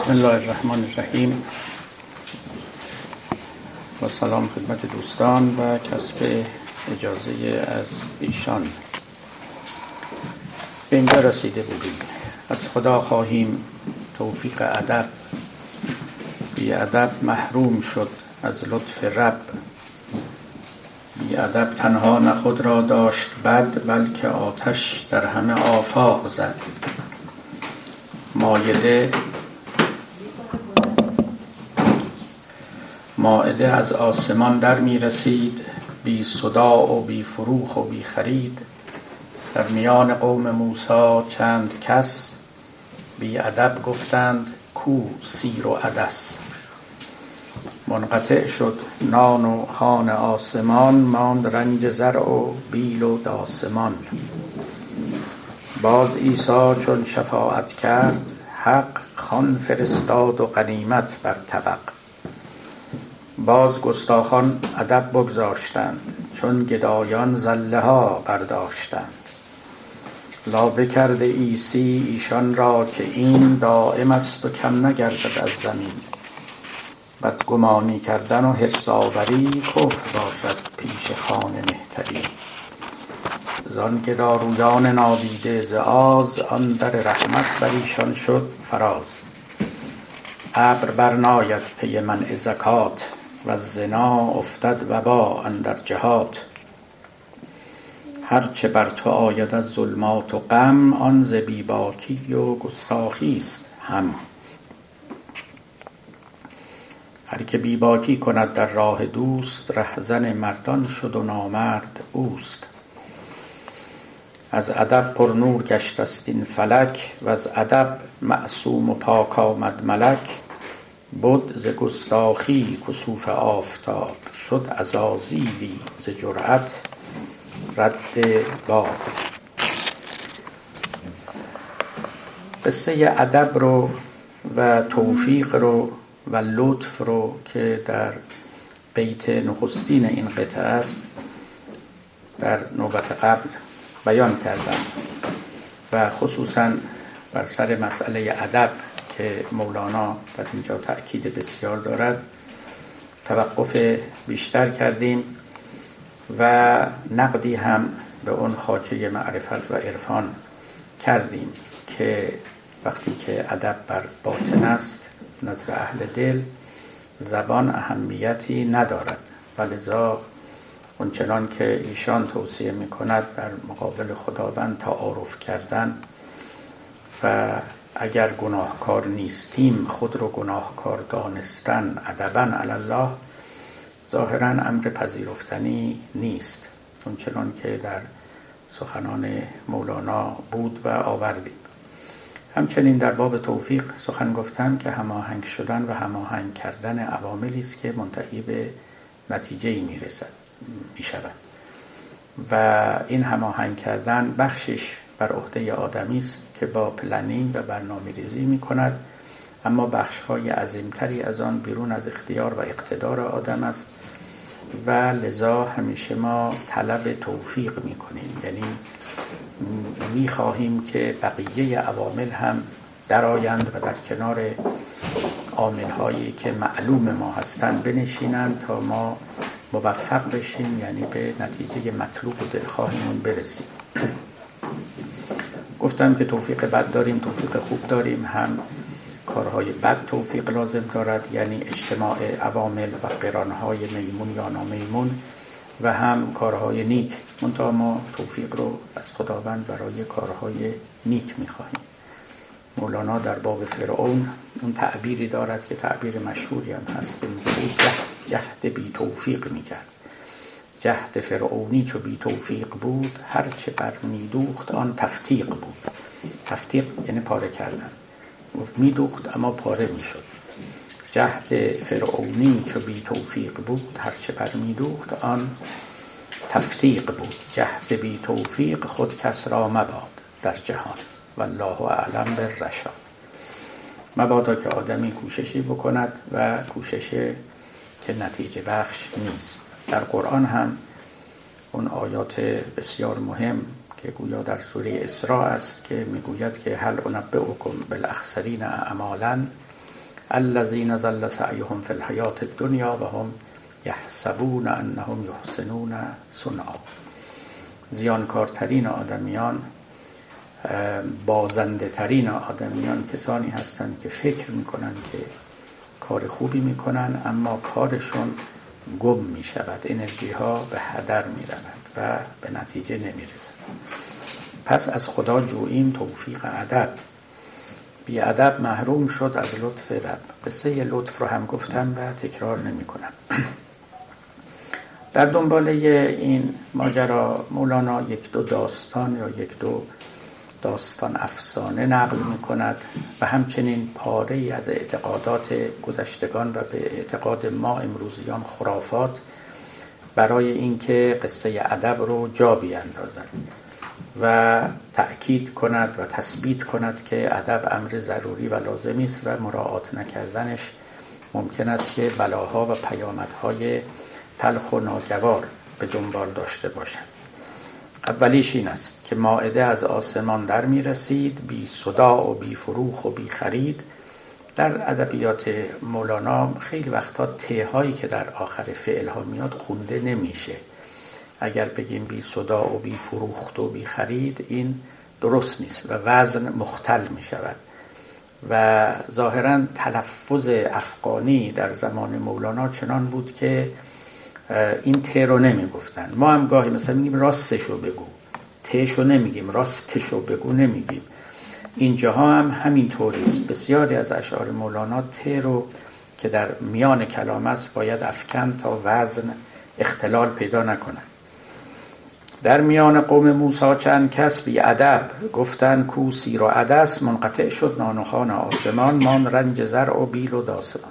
بسم الله الرحمن الرحیم با سلام خدمت دوستان و کسب اجازه از ایشان. به اینجا رسیده بودیم. از خدا خواهیم توفیق ادب، بی ادب محروم شد از لطف رب. بی ادب تنها نه خود را داشت بد، بلکه آتش در همه آفاق زد. مائده از آسمان در می رسید، بی صداع و بی فروخ و بی خرید. در میان قوم موسی چند کس، بی ادب گفتند کو سیر و عدس. منقطع شد نان و خوان آسمان، ماند رنج زرع و بیل و داسمان. باز عیسی چون شفاعت کرد حق، خوان فرستاد و غنیمت بر طبق. باز گستاخان ادب بگذاشتند، چون گدایان زله ها برداشتند. لابه کرده عیسی ایشان را که این، دائم است و کم نگردد از زمین. بدگمانی کردن و حرص آوری، کفر باشد پیش خوان مهتری. زان گدارویان نادیده ز آز، آن در رحمت بر ایشان شد فراز. ابر برناید پی منع زکات، و زنا افتد وبا اندر جهات. هرچه بر تو آید از ظلمات و غم، آن ز بی باکی و گستاخی است هم. هر که بی باکی کند در راه دوست، رهزن مردان شد و نامرد اوست. از ادب پر نور گشت است این فلک، و از ادب معصوم و پاک آمد ملک. بد ز گستاخی کسوف آفتاب، شد عزازیلی ز جرأت رد باب. قصه ادب رو و توفیق رو و لطف رو که در بیت نخستین این قطعه است در نوبت قبل بیان کردم و خصوصا بر سر مسئله ادب که مولانا در اینجا تأکید بسیار دارد توقف بیشتر کردیم و نقدی هم به اون خواجه معرفت و عرفان کردیم که وقتی که ادب بر باطن است نظر اهل دل، زبان اهمیتی ندارد و لذا اونچنان که ایشان توصیه میکند در مقابل خداوند تعارف کردن و اگر گناهکار نیستیم خود رو گناهکار دانستن ادباً علی الله ظاهراً امر پذیرفتنی نیست، اونچنان که در سخنان مولانا بود و آوردیم. همچنین در باب توفیق سخن گفتم که هماهنگ شدن و هماهنگ کردن عواملی است که منتهی به نتیجه‌ای میشود و این هماهنگ کردن بخشش بر عهده آدمی است که با پلنینگ و برنامه‌ریزی می‌کند، اما بخش‌های عظیمتری از آن بیرون از اختیار و اقتدار آدم است و لذا همیشه ما طلب توفیق می‌کنیم، یعنی می‌خواهیم که بقیه عوامل هم درآیند و در کنار عامل‌هایی که معلوم ما هستند بنشینند تا ما موفق بشیم، یعنی به نتیجه مطلوب و دلخواهمون برسیم. گفتم که توفیق بد داریم، توفیق خوب داریم. هم کارهای بد توفیق لازم دارد، یعنی اجتماع عوامل و قرانهای میمون یا نامیمون، و هم کارهای نیک. منتها ما توفیق رو از خداوند برای کارهای نیک میخواهیم. مولانا در باب فرعون اون تعبیری دارد که تعبیر مشهوری هم هست که جهد بی توفیق میکرد. جهد فرعونی چو بی توفیق بود، هرچه بر میدوخت آن تفتیق بود. تفتیق یعنی پاره کردن، گفت میدوخت اما پاره میشد. جهد فرعونی چو بی توفیق بود، هرچه بر میدوخت آن تفتیق بود. جهد بی توفیق خود کس را مباد در جهان، والله اعلم بالرشاد. مبادا که آدمی کوششی بکند و کوششی که نتیجه بخش نیست. در قرآن هم اون آیات بسیار مهم که گویا در سوره اسراء است که میگوید که هل انبئکم بالاخسرین اعمالا، الذین ضل سعیهم فی الحیاة الدنیا و هم یحسبون انهم یحسنون صنعا. زیانکارترین آدمیان، بازنده ترین آدمیان کسانی هستند که فکر میکنن که کار خوبی میکنن اما کارشون گم میشود، انرژی ها به هدر میرود و به نتیجه نمیرسند. پس از خدا جوییم توفیق ادب. بی ادب محروم شد از لطف رب. قصه لطف رو هم گفتم و تکرار نمی کنم. در دنباله این ماجرا مولانا یک دو داستان یا یک دو داستان افسانه نقل می کند و همچنین پاره‌ای از اعتقادات گذشتگان و به اعتقاد ما امروزیان خرافات برای اینکه قصه ادب رو جا بیاندازد و تأکید کند و تثبیت کند که ادب امر ضروری و لازمی است و مراعات نکردنش ممکن است که بلاها و پیامدهای تلخ و ناگوار به دنبال داشته باشد. اولیش این است که مائده از آسمان در می رسید، بی صداع و بی فروخ و بی خرید. در ادبیات مولانا خیلی وقتا تهایی که در آخر فعل ها میاد خونده نمیشه. اگر بگیم بی صداع و بی فروخت و بی خرید این درست نیست و وزن مختل می شود و ظاهرا تلفظ افغانی در زمان مولانا چنان بود که این ته رو نمی گفتن. ما هم گاهی مثلا میگیم راستشو بگو، تهشو نمیگیم، راستشو بگو نمیگیم. اینجاها هم همین طوریست. بسیاری از اشعار مولانا ته رو که در میان کلام است باید افکن تا وزن اختلال پیدا نکنه. در میان قوم موسی چند کس بی ادب گفتن کو سیر و عدس، منقطع شد نان و خوان آسمان، مان رنج زرع و بیل و داسمان.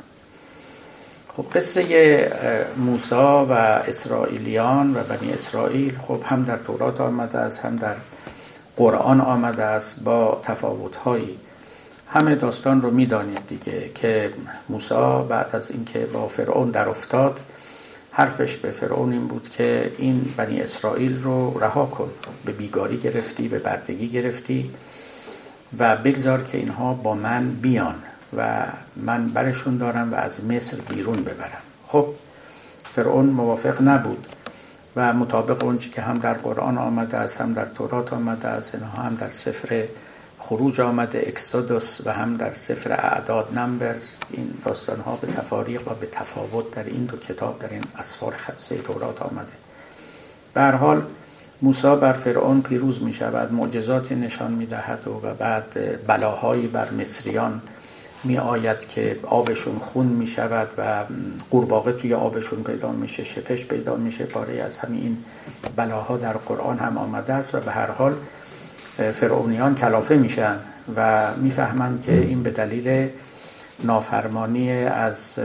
خب قصه موسی و اسرائیلیان و بنی اسرائیل خب هم در تورات آمده است هم در قرآن آمده است با تفاوت‌هایی. همه داستان رو می‌دانید دیگه که موسی بعد از اینکه با فرعون در افتاد حرفش به فرعون این بود که این بنی اسرائیل رو رها کن، به بیگاری گرفتی، به بردگی گرفتی و بگذار که اینها با من بیان و من برشون دارم و از مصر بیرون ببرم. خب فرعون موافق نبود و مطابق اونچه که هم در قرآن آمده است هم در تورات آمده است، اینها هم در سفر خروج آمده اکسودوس و هم در سفر اعداد نمبرز، این داستان ها به تفاریق و به تفاوت در این دو کتاب در این اسفار خمسه تورات آمده. به هر حال موسی بر فرعون پیروز می شود، معجزاتی نشان می دهد و بعد بلاهایی بر مصریان می آید که آبشون خون می شود و قورباغه توی آبشون پیدا میشه، شپش پیدا میشه. پاره از همین بلاها در قرآن هم آمده است و به هر حال فرعونیان کلافه میشن و میفهمند که این به دلیل نافرمانی از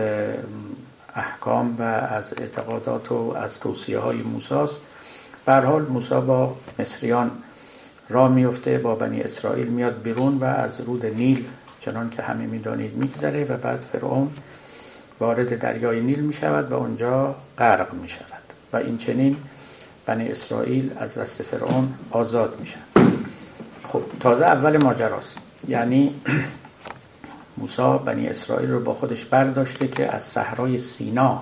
احکام و از اعتقادات و از توصیه های موسی است. به هر حال موسی با مصریان راه میفته، با بنی اسرائیل میاد بیرون و از رود نیل چنان که همه میدانید میگذره و بعد فرعون وارد دریای نیل میشود و اونجا غرق میشود و این چنین بنی اسرائیل از دست فرعون آزاد میشن. خب تازه اول ماجراست، یعنی موسی بنی اسرائیل رو با خودش برداشته که از صحرای سینا،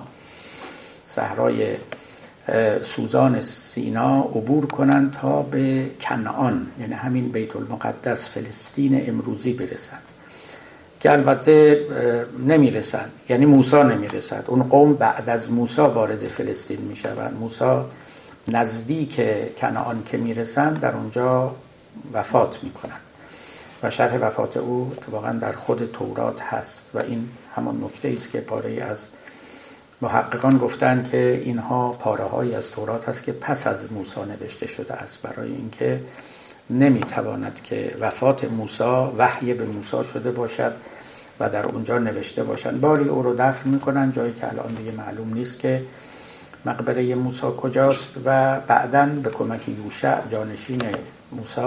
صحرای سوزان سینا عبور کنن تا به کنعان، یعنی همین بیت المقدس فلسطین امروزی برسن که البته نمیرسن، یعنی موسی نمیرسد. اون قوم بعد از موسی وارد فلسطین میشن. موسی نزدیک کنعان که میرسن در اونجا وفات میکنن و شرح وفات او اتفاقا در خود تورات هست و این همان نکته است که پاره از محققان گفتن که اینها پاره‌هایی از تورات هست که پس از موسی نوشته شده است، برای اینکه نمیتواند که وفات موسی وحی به موسی شده باشد و در اونجا نوشته باشند. باری او رو دفن میکنن جایی که الان دیگه معلوم نیست که مقبره موسی کجاست و بعداً به کمک یوشع جانشین موسی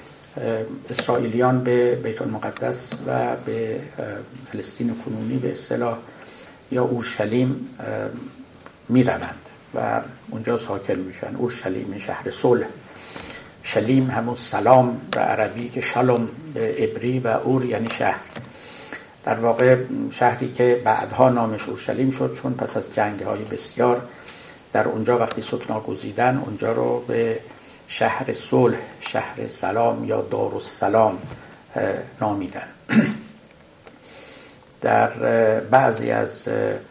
اسرائیلیان به بیت المقدس و به فلسطین کنونی به اصطلاح یا اورشلیم می روند و اونجا ساکن میشن. اورشلیم شهر صلح، شلیم همون سلام به عربی که شالوم به عبری و اور یعنی شهر. در واقع شهری که بعدها نامش اورشلیم شد، چون پس از جنگ‌های بسیار در اونجا وقتی سکنا گزیدن اونجا رو به شهر صلح، شهر سلام یا دارالسلام نامیدن. در بعضی از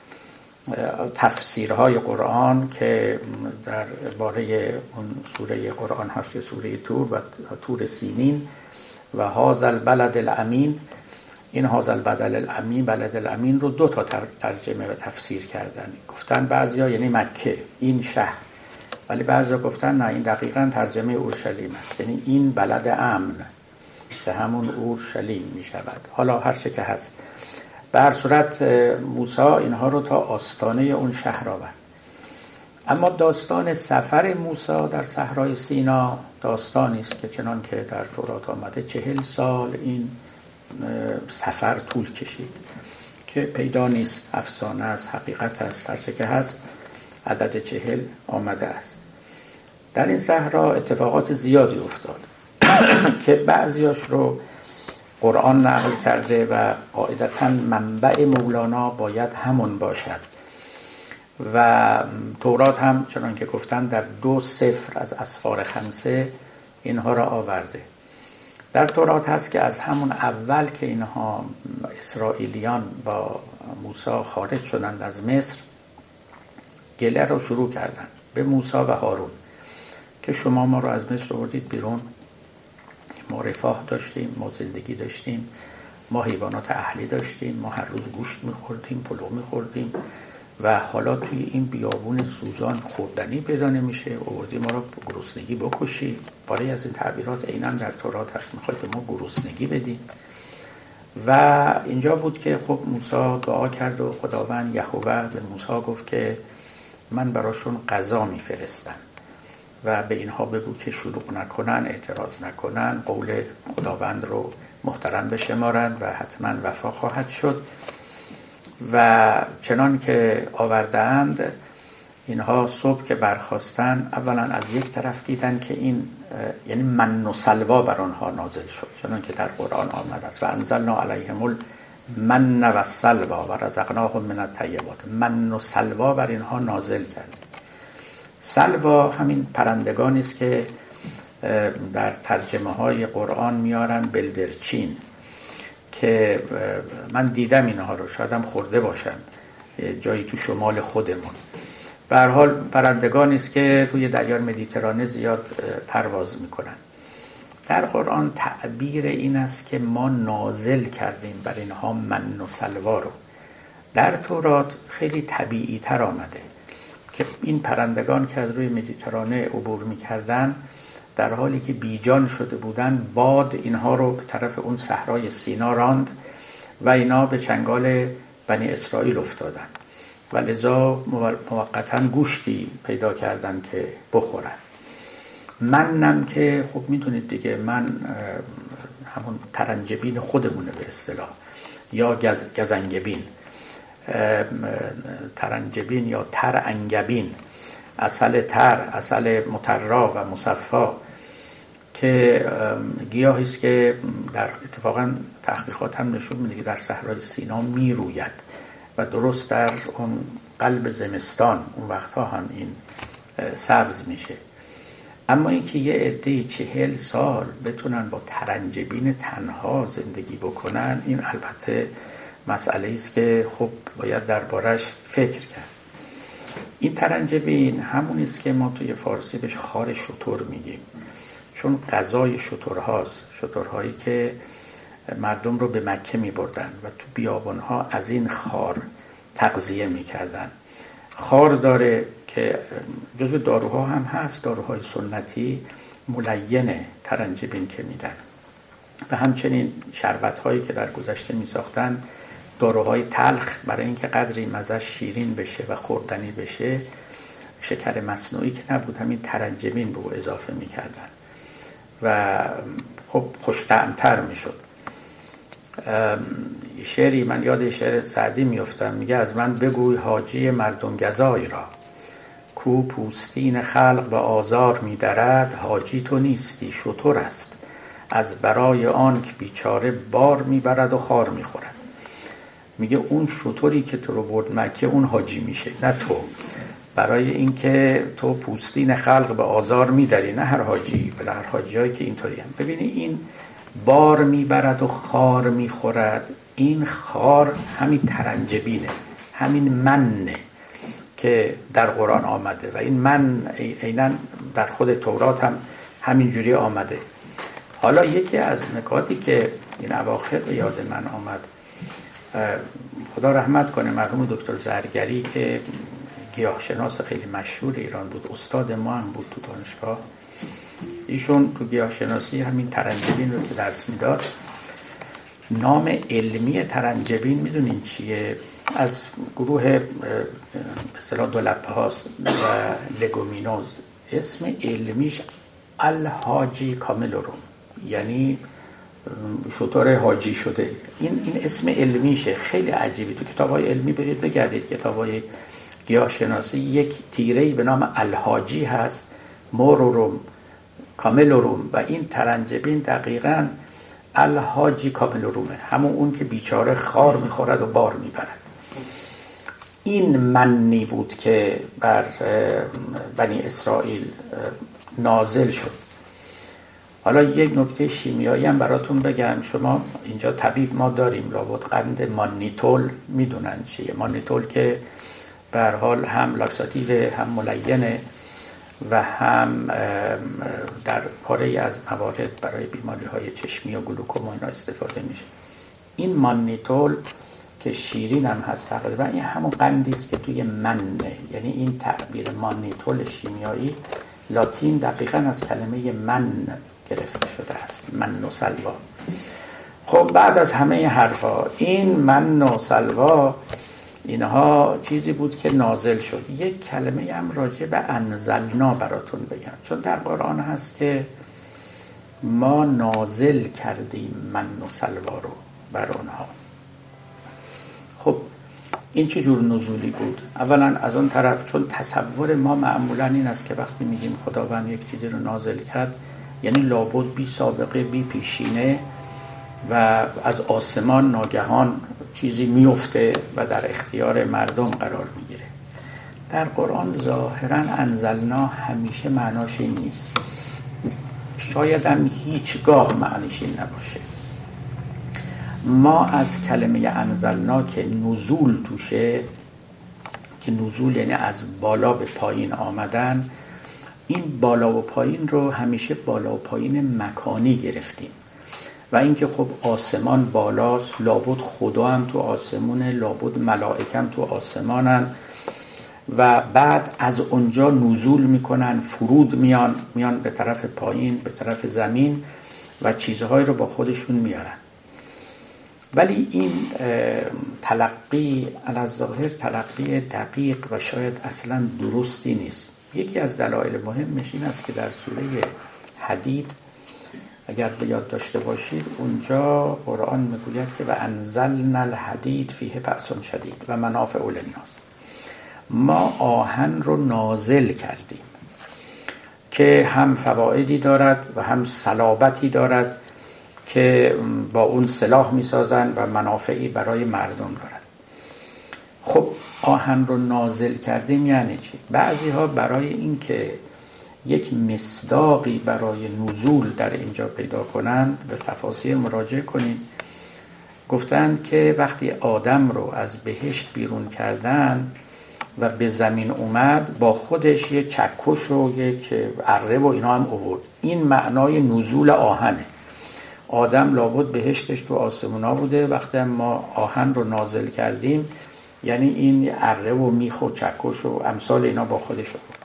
تفسیرهای قرآن که در باره اون سوره قرآن هست، سوره تور و تور سینین و هذا البلد الامین، این هذا بلد الامین رو دو تا ترجمه و تفسیر کردن. گفتن بعضیا یعنی مکه، این شهر، ولی بعضیا گفتن نه، این دقیقاً ترجمه اورشلیم است، یعنی این بلد امن که همون اورشلیم می شود. حالا هر چه که هست، به هر صورت موسی اینها رو تا آستانه اون شهر آورد. اما داستان سفر موسی در صحرای سینا داستانی است که چنان که در تورات آمده 40 سال این سفر طول کشید که پیدا نیست، افسانه است، حقیقت است، هر چه که هست عدد 40 آمده است. در این صحرا اتفاقات زیادی افتاد که بعضیاش رو قرآن نقل کرده و قاعدتاً منبع مولانا باید همون باشد و تورات هم چنان که گفتن در 2 سفر از اسفار 5 اینها را آورده. در تورات هست که از همون اول که اینها اسرائیلیان با موسی خارج شدند از مصر، گله رو شروع کردن به موسی و هارون که شما ما رو از مصر آوردید بیرون، ما رفاه داشتیم، ما زندگی داشتیم، ما حیوانات اهلی داشتیم، ما هر روز گوشت میخوردیم، پلو میخوردیم و حالا توی این بیابون سوزان خوردنی پیدا نمیشه، آوردی ما رو گرسنگی بکشی. پاره از این تعبیرات عیناً در تورات هست، میخواد که ما گرسنگی بدیم. و اینجا بود که خب موسی دعا کرد و خداوند یهوه به موسی گفت که من براشون غذا میفرستم و به اینها بگو که شلوغ نکنن، اعتراض نکنن، قول خداوند رو محترم بشمارن و حتما وفا خواهد شد. و چنان که آورده‌اند، اینها صبح که برخاستن اولا از یک طرف دیدن که این یعنی من و سلوا بر آنها نازل شد، چنان که در قرآن آمده است و انزلنا علیهم المن و السلوا و رزقناهم من الطیبات. من و سلوا بر اینها نازل کرد. سلوا همین پرندگانی است که در ترجمه های قرآن میارن بلدرچین، که من دیدم اینها رو، شاید هم خورده باشن جایی تو شمال خودمون. به هر حال پرندگانی است که روی دریای مدیترانه زیاد پرواز میکنن. در قرآن تعبیر این است که ما نازل کردیم بر اینها من و سلوا رو. در تورات خیلی طبیعی تر آمده که این پرندگان که از روی مدیترانه عبور میکردن در حالی که بیجان شده بودن، باد اینها رو به طرف اون صحرای سینا راند و اینا به چنگال بنی اسرائیل افتادن و لذا موقتاً گوشتی پیدا کردن که بخورن. منم که خب میدونید دیگه، من همون ترنجبین خودمونه به اصطلاح، یا گزنگبین، ترنجبین یا ترانگبین، عسل تر، عسل مطرا و مصفا، که گیاهی است که در اتفاقا تحقیقات هم نشون میده که در صحرای سینا میروید و درست در اون قلب زمستان اون وقتها هم این سبز میشه. اما اینکه یه عده 40 سال بتونن با ترنجبین تنها زندگی بکنن، این البته مسئله است که خب باید دربارش فکر کرد. این ترنجبین همون است که ما توی فارسی بهش خار شتر میگیم، چون غذای شترهاست، شترهایی که مردم رو به مکه میبردن و تو بیابانها از این خار تغذیه میکردن. خار داره که جزو داروها هم هست، داروهای سنتی ملینه ترنجبین که میدن، و همچنین شربت‌هایی که در گذشته میساختن، داروهای تلخ برای اینکه قدری مزه شیرین بشه و خوردنی بشه، شکر مصنوعی که نبود، همین ترنجبین به او اضافه میکردن و خب خوش‌طعم‌تر میشد. شعری من یاد شعر سعدی میافتم، میگه از من بگوی حاجی مردم گزای را، کو پوستین خلق به آزار میدرد، حاجی تو نیستی شتر است، از برای آن که بیچاره بار میبرد و خار میخورد. میگه اون شطوری که تو رو برد مکه اون حاجی میشه، نه تو. برای اینکه تو پوستین خلق به آزار میداری، نه هر حاجی، بله هر حاجی هایی که اینطوری هم. ببینی این بار میبرد و خار میخورد. این خار همین ترنجبینه، همین منه که در قرآن آمده و این من عیناً در خود تورات هم همین جوری آمده. حالا یکی از نکاتی که این اواخر به یاد من آمد، خدا رحمت کنه مرحوم دکتر زرگری که گیاهشناس خیلی مشهور ایران بود، استاد ما هم بود تو دانشگاه. ایشون تو گیاهشناسی همین ترنجبین رو که درس میداد، نام علمی ترنجبین میدونین چیه؟ از گروه به اصطلاح دولپه هاست و لگومینوز. اسم علمیش الحاجی کاملوروم، یعنی شطور حاجی شده. این اسم علمیشه، خیلی عجیبه. تو کتاب‌های علمی برید بگردید، کتاب‌های گیاهشناسی، یک تیره‌ای به نام الحاجی هست، موروروم، کاملوروم، و این ترنجبین دقیقاً الحاجی کاملورومه، همون اون که بیچاره خار میخورد و بار میبرد. این منی بود که بر بنی اسرائیل نازل شد. حالا یک نکته شیمیایی هم براتون بگم. شما اینجا طبیب ما داریم، لابد قند مانیتول میدونن چیه. مانیتول که به هر حال هم لاکساتیو، هم ملینه و هم در پاره از موارد برای بیماری‌های چشمی و گلوکوما اینا استفاده میشه. این مانیتول که شیرین هم هست تقریبا، این همون قندی است که توی منه. یعنی این تعبیر مانیتول شیمیایی لاتین دقیقاً از کلمه من گرفته شده است، من و سلوا. خب بعد از همه حرفا این من و سلوا اینها چیزی بود که نازل شد. یک کلمه هم راجع به انزلنا براتون بگم، چون در قرآن هست که ما نازل کردیم من و سلوا رو بر اونها. خب این چه جور نزولی بود؟ اولا از اون طرف چون تصور ما معمولا این است که وقتی میگیم خداوند یک چیزی رو نازل کرد، یعنی لابد بی سابقه، بی پیشینه و از آسمان ناگهان چیزی میفته و در اختیار مردم قرار میگیره. در قرآن ظاهرا انزلنا همیشه معناش این نیست، شاید هم هیچگاه معنیش این نباشه. ما از کلمه انزلنا که نزول توشه، که نزول یعنی از بالا به پایین آمدن، این بالا و پایین رو همیشه بالا و پایین مکانی گرفتیم و اینکه خب آسمان بالاست، لابد خدا هم تو آسمونه، لابد ملائکه هم تو آسمانن و بعد از اونجا نزول میکنن، فرود میان به طرف پایین، به طرف زمین و چیزهایی رو با خودشون میارن. ولی این تلقی الظاهر تلقی دقیق و شاید اصلا درستی نیست. یکی از دلایل مهمش این است که در سوره حدید اگر به یاد داشته باشید، اونجا قرآن میگوید که و انزلنا الحدید فیه بأس شدید و منافع للناس. ما آهن رو نازل کردیم که هم فوائدی دارد و هم صلابتی دارد که با اون سلاح میسازن و منافعی برای مردم دارد. خب آهن رو نازل کردیم یعنی چی؟ بعضی ها برای این که یک مصداقی برای نزول در اینجا پیدا کنند به تفاسیر مراجعه کنید. گفتند که وقتی آدم رو از بهشت بیرون کردن و به زمین اومد، با خودش یک چکش و یک اره و اینا هم آورد. این معنای نزول آهنه. آدم لابد بهشتش تو آسمونا بوده، وقتی ما آهن رو نازل کردیم یعنی این اره و میخ و چکش و امثال اینا با خودش آورد،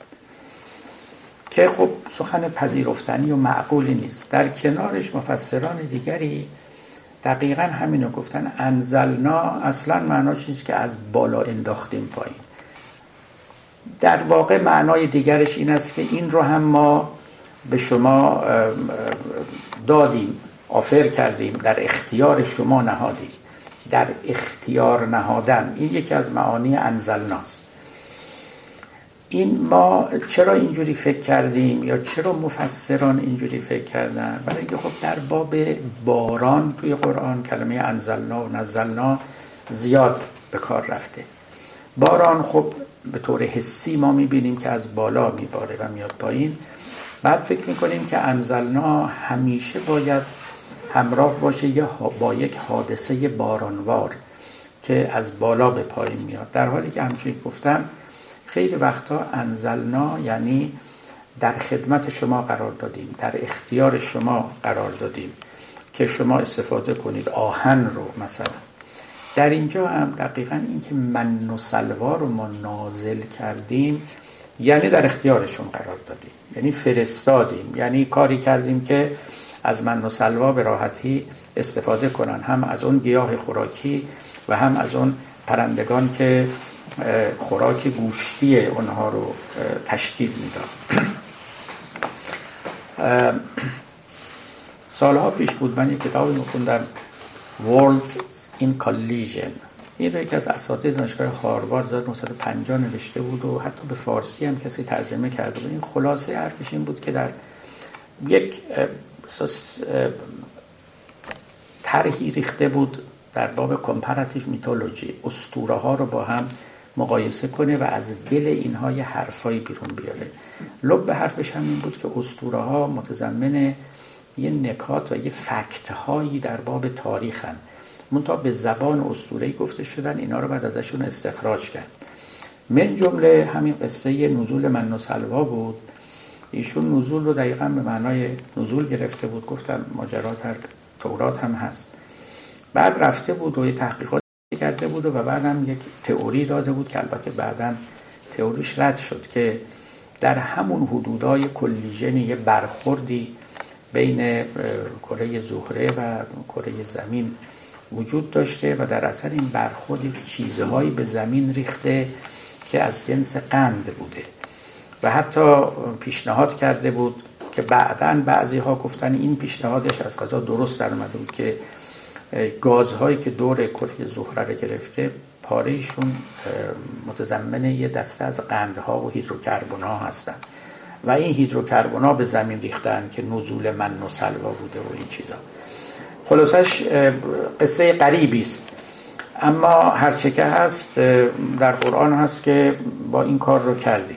که خب سخن پذیرفتنی و معقولی نیست. در کنارش مفسران دیگری دقیقاً همینو گفتن. انزلنا اصلا معناش نیست که از بالا انداختیم پایین. در واقع معنای دیگرش این است که این رو هم ما به شما دادیم، آفر کردیم، در اختیار شما نهادیم. در اختیار نهادن، این یکی از معانی انزلناست. این ما چرا اینجوری فکر کردیم یا چرا مفسران اینجوری فکر کردن؟ برای اینکه خب در باب باران توی قرآن کلمه انزلنا و نزلنا زیاد به کار رفته. باران خب به طور حسی ما میبینیم که از بالا میباره و میاد پایین. بعد فکر میکنیم که انزلنا همیشه باید همراه باشه با یک حادثه بارانوار که از بالا به پایین میاد، در حالی که همچنین گفتم خیلی وقتا انزلنا یعنی در خدمت شما قرار دادیم، در اختیار شما قرار دادیم که شما استفاده کنید. آهن رو مثلا در اینجا هم دقیقاً این که من و سلوا رو ما نازل کردیم یعنی در اختیارشون قرار دادیم، یعنی فرستادیم، یعنی کاری کردیم که از من و سلوا به راحتی استفاده کنن، هم از اون گیاه خوراکی و هم از اون پرندگان که خوراک گوشتی اونها رو تشکیل میداد. سالها پیش بود من یک کتابی می‌خوندم World in Collision. این رو یکی از اساتید دانشگاه هاروارد 1950 نوشته بود و حتی به فارسی هم کسی ترجمه کرده بود. این خلاصه حرفش این بود که در یک طرحی ریخته بود در باب کمپاراتیو میتولوژی، اسطوره ها رو با هم مقایسه کنه و از دل اینها یه حرفایی بیرون بیاره. لب حرفش هم این بود که اسطوره ها متضمن یه نکات و یه فکت هایی در باب تاریخن، منتها به زبان اسطوره‌ای گفته شدن، اینا رو بعد ازشون استخراج کرد. من جمله همین قصه نزول من و سلوا بود. ایشون نزول رو دقیقاً به معنای نزول گرفته بود، گفتم ماجرا در تورات هم هست. بعد رفته بود و یه تحقیقات کرده بود و بعدم یک تئوری داده بود که البته بعداً تئوریش رد شد که در همون حدودای کلیژن یه برخوردی بین کره زهره و کره زمین وجود داشته و در اثر این برخوردی چیزهایی به زمین ریخته که از جنس قند بوده و حتی پیشنهاد کرده بود که بعداً بعضی ها گفتن این پیشنهادش از قضا درست در اومده بود که گازهایی که دور کره زهره رو گرفته پاره‌ایشون متضمن یه دسته از قندها و هیدروکربن‌ها هستن و این هیدروکربن‌ها به زمین ریختن که نزول من و سلوا بوده و این چیزا. خلاصش قصه غریبی است، اما هرچه که هست در قرآن هست که با این کار رو کردیم.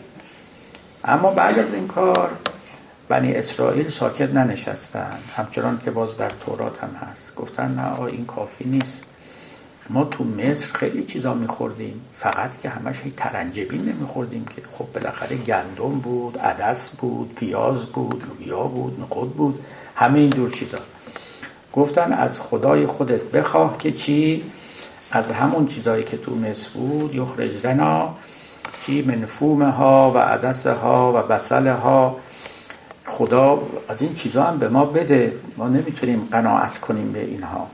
اما بعد از این کار بنی اسرائیل ساکت ننشستن، همچنان که باز در تورات هم هست. گفتن نه این کافی نیست، ما تو مصر خیلی چیزا میخوردیم، فقط که همش ترنجبین نمیخوردیم که خب بالاخره گندم بود، عدس بود، پیاز بود، لوبیا بود، نخود بود، همه اینجور چیزا. گفتن از خدای خودت بخواه که چی؟ از همون چیزایی که تو مصر بود، یخرج لنا چی؟ منفومها و عدسها و بصلها. خدا از این چیزا هم به ما بده، ما نمیتونیم قناعت کنیم به اینها.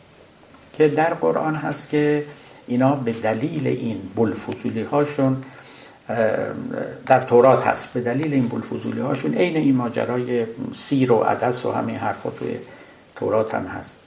که در قرآن هست که اینا به دلیل این بلفضولی هاشون، در تورات هست به دلیل این بلفضولی هاشون عین این ماجرای سیر و عدس و همین حرفا توی تورات هم هست،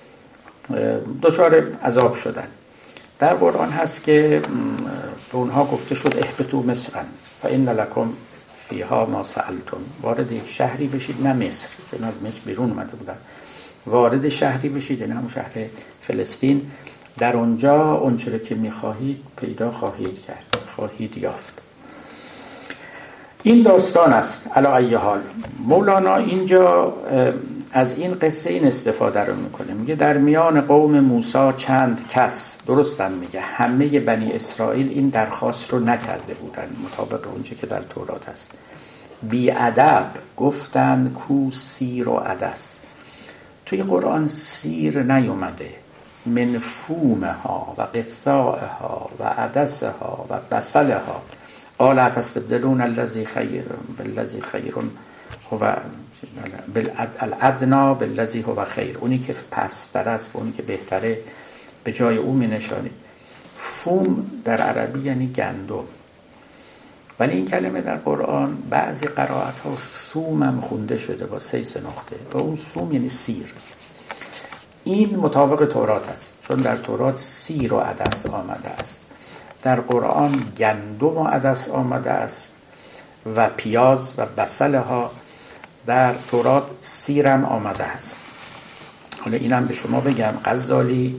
دچار عذاب شدن. در قرآن هست که به اونها گفته شد اهبطوا مصرا فإن لکم فیها ما سألتم. وارد یک شهری بشید، نه مصر، چون از مصر بیرون اومده بودن، وارد شهری بشید، یعنی همون شهر فلسطین، در اونجا اونچه که میخواهید پیدا خواهید کرد، خواهید یافت. این داستان است. علی ای حال مولانا اینجا از این قصه این استفاده رو میکنه، میگه در میان قوم موسی چند کس، درستم میگه همه بنی اسرائیل این درخواست رو نکرده بودن مطابق اونچه که در تورات هست، بی ادب گفتن کو سیر و عدس. توی قرآن سیر نیومده، منفومها و قثائها و عدسها و بصلها. آلا تستبدلون الذی خیر بالذی خیر هو الادنا بالذی هو خیر. اونی که پست‌تر است و اونی که بهتره به جای اون می نشانید. فوم در عربی یعنی گندم، ولی این کلمه در قرآن بعضی قرائت ها ثوم هم خونده شده با 3 نقطه و اون ثوم یعنی سیر. این مطابق تورات است، چون در تورات سیر و عدس آمده است، در قرآن گندم و عدس آمده است و پیاز و بصله ها. در تورات سیرم آمده است. حالا اینم به شما بگم، غزالی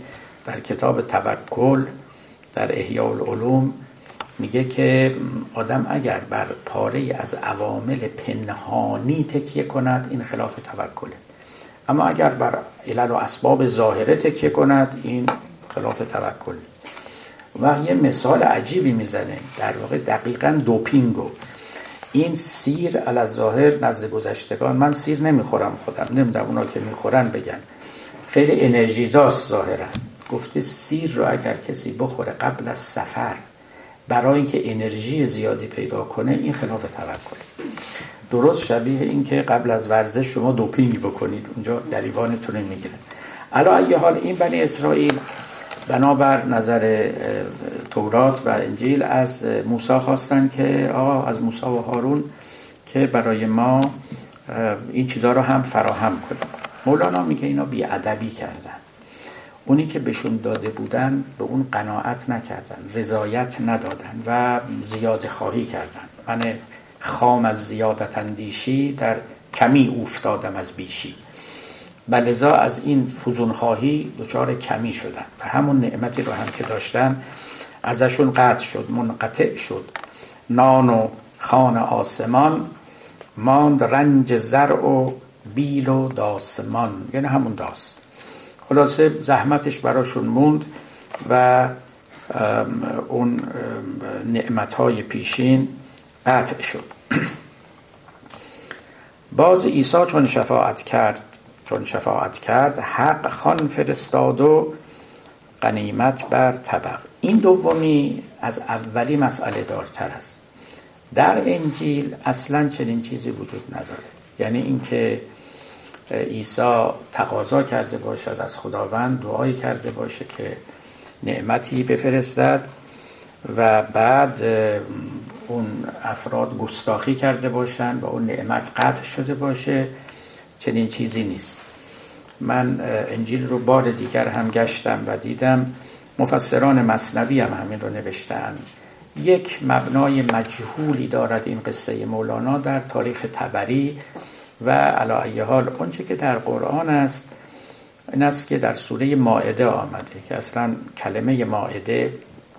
در کتاب توکل در احیاء العلوم میگه که آدم اگر بر پاره از عوامل پنهانی تکیه کند این خلاف توکله، اما اگر بر علل و اسباب ظاهره تکیه کند این خلاف توکل. و یه مثال عجیبی میزنه، در واقع دقیقاً دوپینگو. این سیر علی الظاهر نزد گذشتگان، من سیر نمیخورم خودم، نمیدونم اونا که میخورن بگن، خیلی انرژیزاست ظاهرا. گفته سیر رو اگر کسی بخوره قبل از سفر برای اینکه انرژی زیادی پیدا کنه این خلاف توکل. درست شبیه این که قبل از ورزش شما دوپینگ بکنید، اونجا گریبانتون میگیره. علی ای حال این بنی اسرائیل بنابر نظر تورات و انجیل از موسی خواستن که آقا از موسی و هارون که برای ما این چیزا رو هم فراهم کنیم. مولانا میگه اینا بی‌ادبی کردن، اونی که بهشون داده بودن به اون قناعت نکردن، رضایت ندادن و زیاده خواهی کردن. من خام از زیادت اندیشی در کمی افتادم از بیشی. بلذا از این فزون خواهی دچار کمی شدن و همون نعمتی رو هم که داشتن ازشون قطع شد، منقطع شد. نان و خوان آسمان ماند، رنج زرع و بیل و داسمان، یعنی همون داست. خلاصه زحمتش براشون موند و اون نعمتهای پیشین قطع شد. باز عیسی چون شفاعت کرد حق خوان فرستاد و غنیمت بر طبق. این دومی از اولی مسئله دارتر است. در انجیل اصلا چنین چیزی وجود نداره، یعنی اینکه عیسی تقاضا کرده باشد از خداوند، دعایی کرده باشه که نعمتی بفرستد و بعد اون افراد گستاخی کرده باشن و اون نعمت قطع شده باشه، چنین چیزی نیست. من انجیل رو بار دیگر هم گشتم و دیدم مفسران مثنوی هم همین رو نوشتن. یک مبنای مجهولی دارد این قصه مولانا در تاریخ طبری و علی ای حال اونچه که در قرآن است این است که در سوره مائده آمده که اصلا کلمه مائده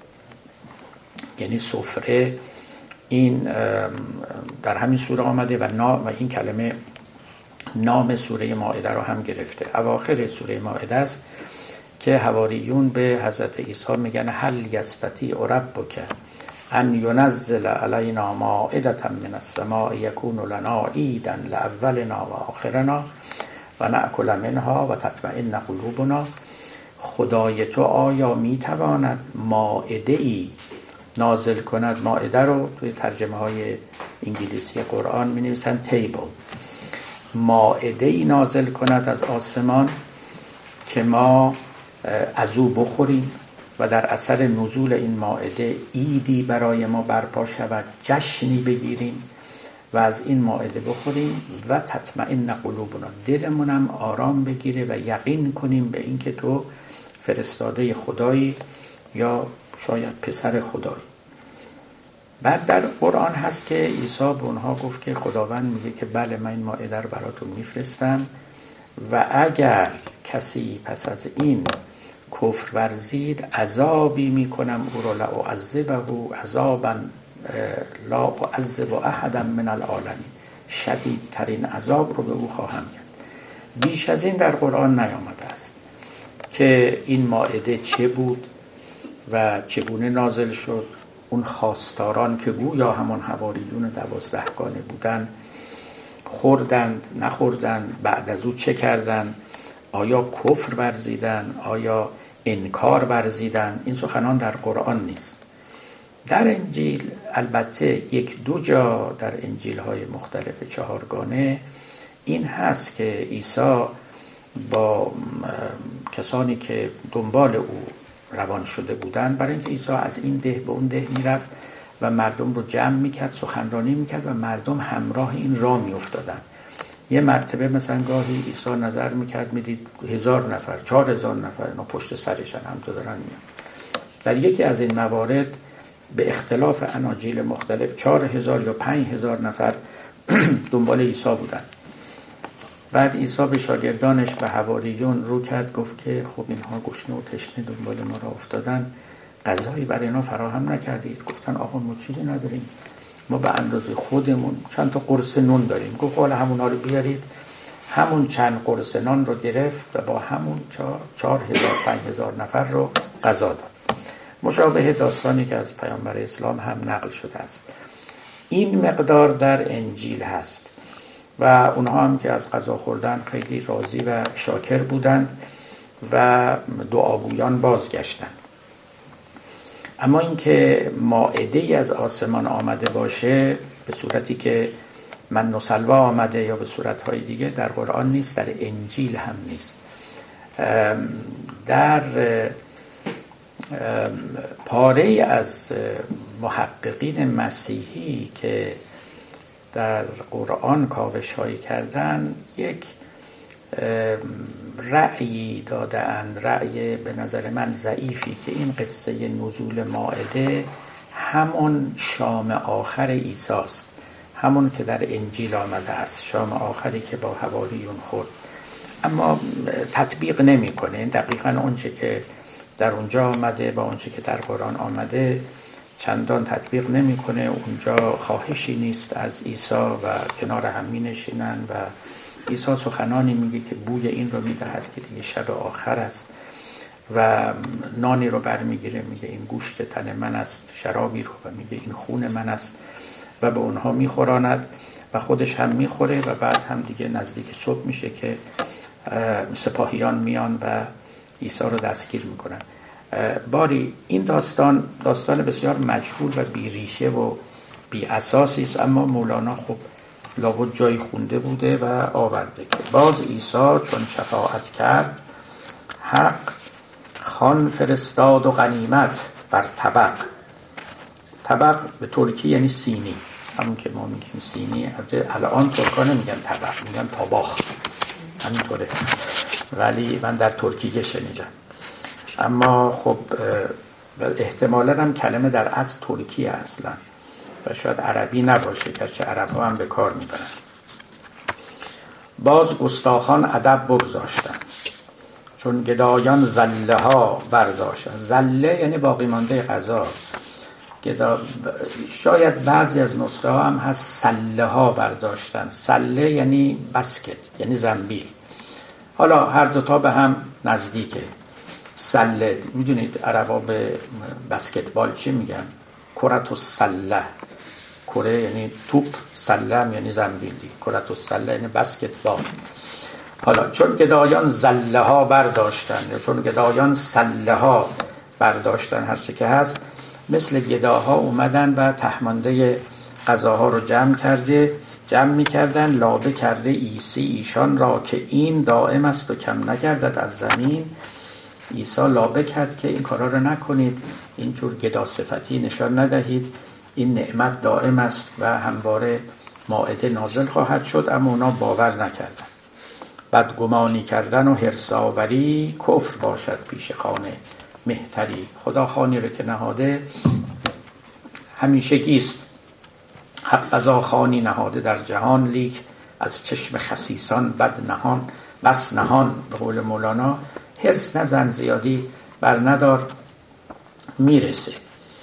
یعنی سفره، این در همین سوره آمده و این کلمه نام سوره مائده رو هم گرفته. اواخر سوره مائده است که حواریون به حضرت عیسی میگن هل یستطیع ربک ان ینزل علینا مائدة من السماء یکون لنا عیدا لاولنا و آخرنا و نأکل منها و تطمئن قلوبنا. خدای تو آیا میتواند مائده ای نازل کند؟ مائده رو توی ترجمه های انگلیسی قرآن می نویسن تیبل. مائده ای نازل کند از آسمان که ما از او بخوریم و در اثر نزول این مائده عیدی برای ما برپا شود، جشنی بگیریم و از این مائده بخوریم و تطمئن قلوبنا، دلمونم آرام بگیره و یقین کنیم به این که تو فرستاده خدایی یا شاید پسر خدایی. بعد در قرآن هست که عیسی به اونها گفت که خداوند میگه که بله من این مائده رو براتون میفرستم و اگر کسی پس از این کفر ورزید عذابی میکنم او را لأعذبه عذابا لا اعذب احدا من العالمین، شدیدترین عذاب رو به او خواهم کرد. بیش از این در قرآن نیامده است که این مائده چه بود و چگونه نازل شد. اون خواستاران که گویا همون حواریون 12 بودن خوردند نخوردند، بعد از او چه کردند؟ آیا کفر ورزیدن؟ آیا انکار ورزیدن؟ این سخنان در قرآن نیست. در انجیل البته 1-2 جا در انجیل های مختلف 4گانه این هست که عیسی با کسانی که دنبال او روان شده بودن، برای اینکه عیسی از این ده به اون ده میرفت و مردم رو جمع میکرد، سخنرانی میکرد و مردم همراه این راه میافتادن. یه مرتبه مثلا گاهی عیسی نظر میکرد میدید 1000 نفر 4000 نفر اینا پشت سرشن هم تو دارن میان. در یکی از این موارد به اختلاف اناجیل مختلف 4000 یا 5000 نفر دنبال عیسی بودن. بعد عیسی به شاگردانش به حواریون رو کرد، گفت که خب اینها گشنه و تشنه دنبال ما را افتادن، غذایی برای اینا فراهم نکردید؟ گفتن آقا ما چیزی نداریم، ما به اندازه خودمون چند تا قرص نون داریم. گفت حالا همونها رو بیارید. همون چند قرص نان رو گرفت و با همون 4,000-5,000 نفر رو غذا داد. مشابه داستانی که از پیامبر اسلام هم نقل شده است. این مقدار در انجیل هست و اونها هم که از غذا خوردن خیلی راضی و شاکر بودند و دعاگویان بازگشتند. اما اینکه مائده‌ای از آسمان آمده باشه به صورتی که من و سلوا آمده یا به صورت‌های دیگه در قرآن نیست، در انجیل هم نیست. در پاره از محققین مسیحی که در قرآن کاوش‌هایی کردن، یک رأیی دادند، رأی به نظر من ضعیفی، که این قصه نزول مائده همون شام آخر عیسی است، همون که در انجیل آمده است، شام آخری که با حواریون خورد. اما تطبیق نمی‌کنه. دقیقاً اونچه که در اونجا آمده با اونچه که در قرآن آمده چندان تطبیق نمی‌کنه. اونجا خواهشی نیست از عیسی و کنار هم می‌نشینن و عیسی سخنانی میگه که بوی این رو میدهد که دیگه شب آخر است و نانی رو برمیگیره میگه این گوشت تن من است، شرابی رو و میگه این خون من است و به اونها میخوراند و خودش هم میخوره و بعد هم دیگه نزدیک صبح میشه که سپاهیان میان و عیسی رو دستگیر میکنن. باری این داستان بسیار مجهول و بی ریشه و بی اساسی است، اما مولانا خب لابد جایی خونده بوده و آورده که باز عیسی چون شفاعت کرد، حق خوان فرستاد و غنیمت بر طبق. طبق به ترکی یعنی سینی، همون که ما میگیم سینی. الان ترکا نمیگن طبق، میگن طباخ، همینطوره، ولی من در ترکیه شنیدم. اما خب احتمالاً هم کلمه در اصل ترکیه اصلا و شاید عربی نباشه، گرچه عرب ها هم به کار میبرن. باز گستاخان ادب بگذاشتن، چون گدایان زله ها برداشتن. زله یعنی باقی مانده غذا. شاید بعضی از نسخه ها هم هست سله ها برداشتن. سله یعنی بسکت، یعنی زنبیل. حالا هر دوتا به هم نزدیکه. سله، میدونید عربا به بسکتبال چی میگن؟ کرت و سله. کره یعنی توپ، سله هم یعنی زنبیلی. کرت و سله یعنی بسکتبال. حالا چون گدایان زله ها برداشتن یا چون گدایان سله ها برداشتن، هر چه که هست، مثل گداها اومدن و تهمانده غذاها رو جمع می‌کردن. لابه کرده عیسی ایشان را که این دائم است و کم نگردد از زمین. عیسی لابه کرد که این کارا رو نکنید، اینجور گدا صفتی نشان ندهید، این نعمت دائم است و همواره مائده نازل خواهد شد. اما اونا باور نکردن. بدگمانی کردن و حرص‌آوری کفر باشد پیش خانه مهتری. خدا خانی رو که نهاده همیشگی است. حق قضا خانی نهاده در جهان، لیک از چشم خسیسان بد نهان بس نهان. به قول مولانا حرص نزن، زیادی بر ندار، میرسه.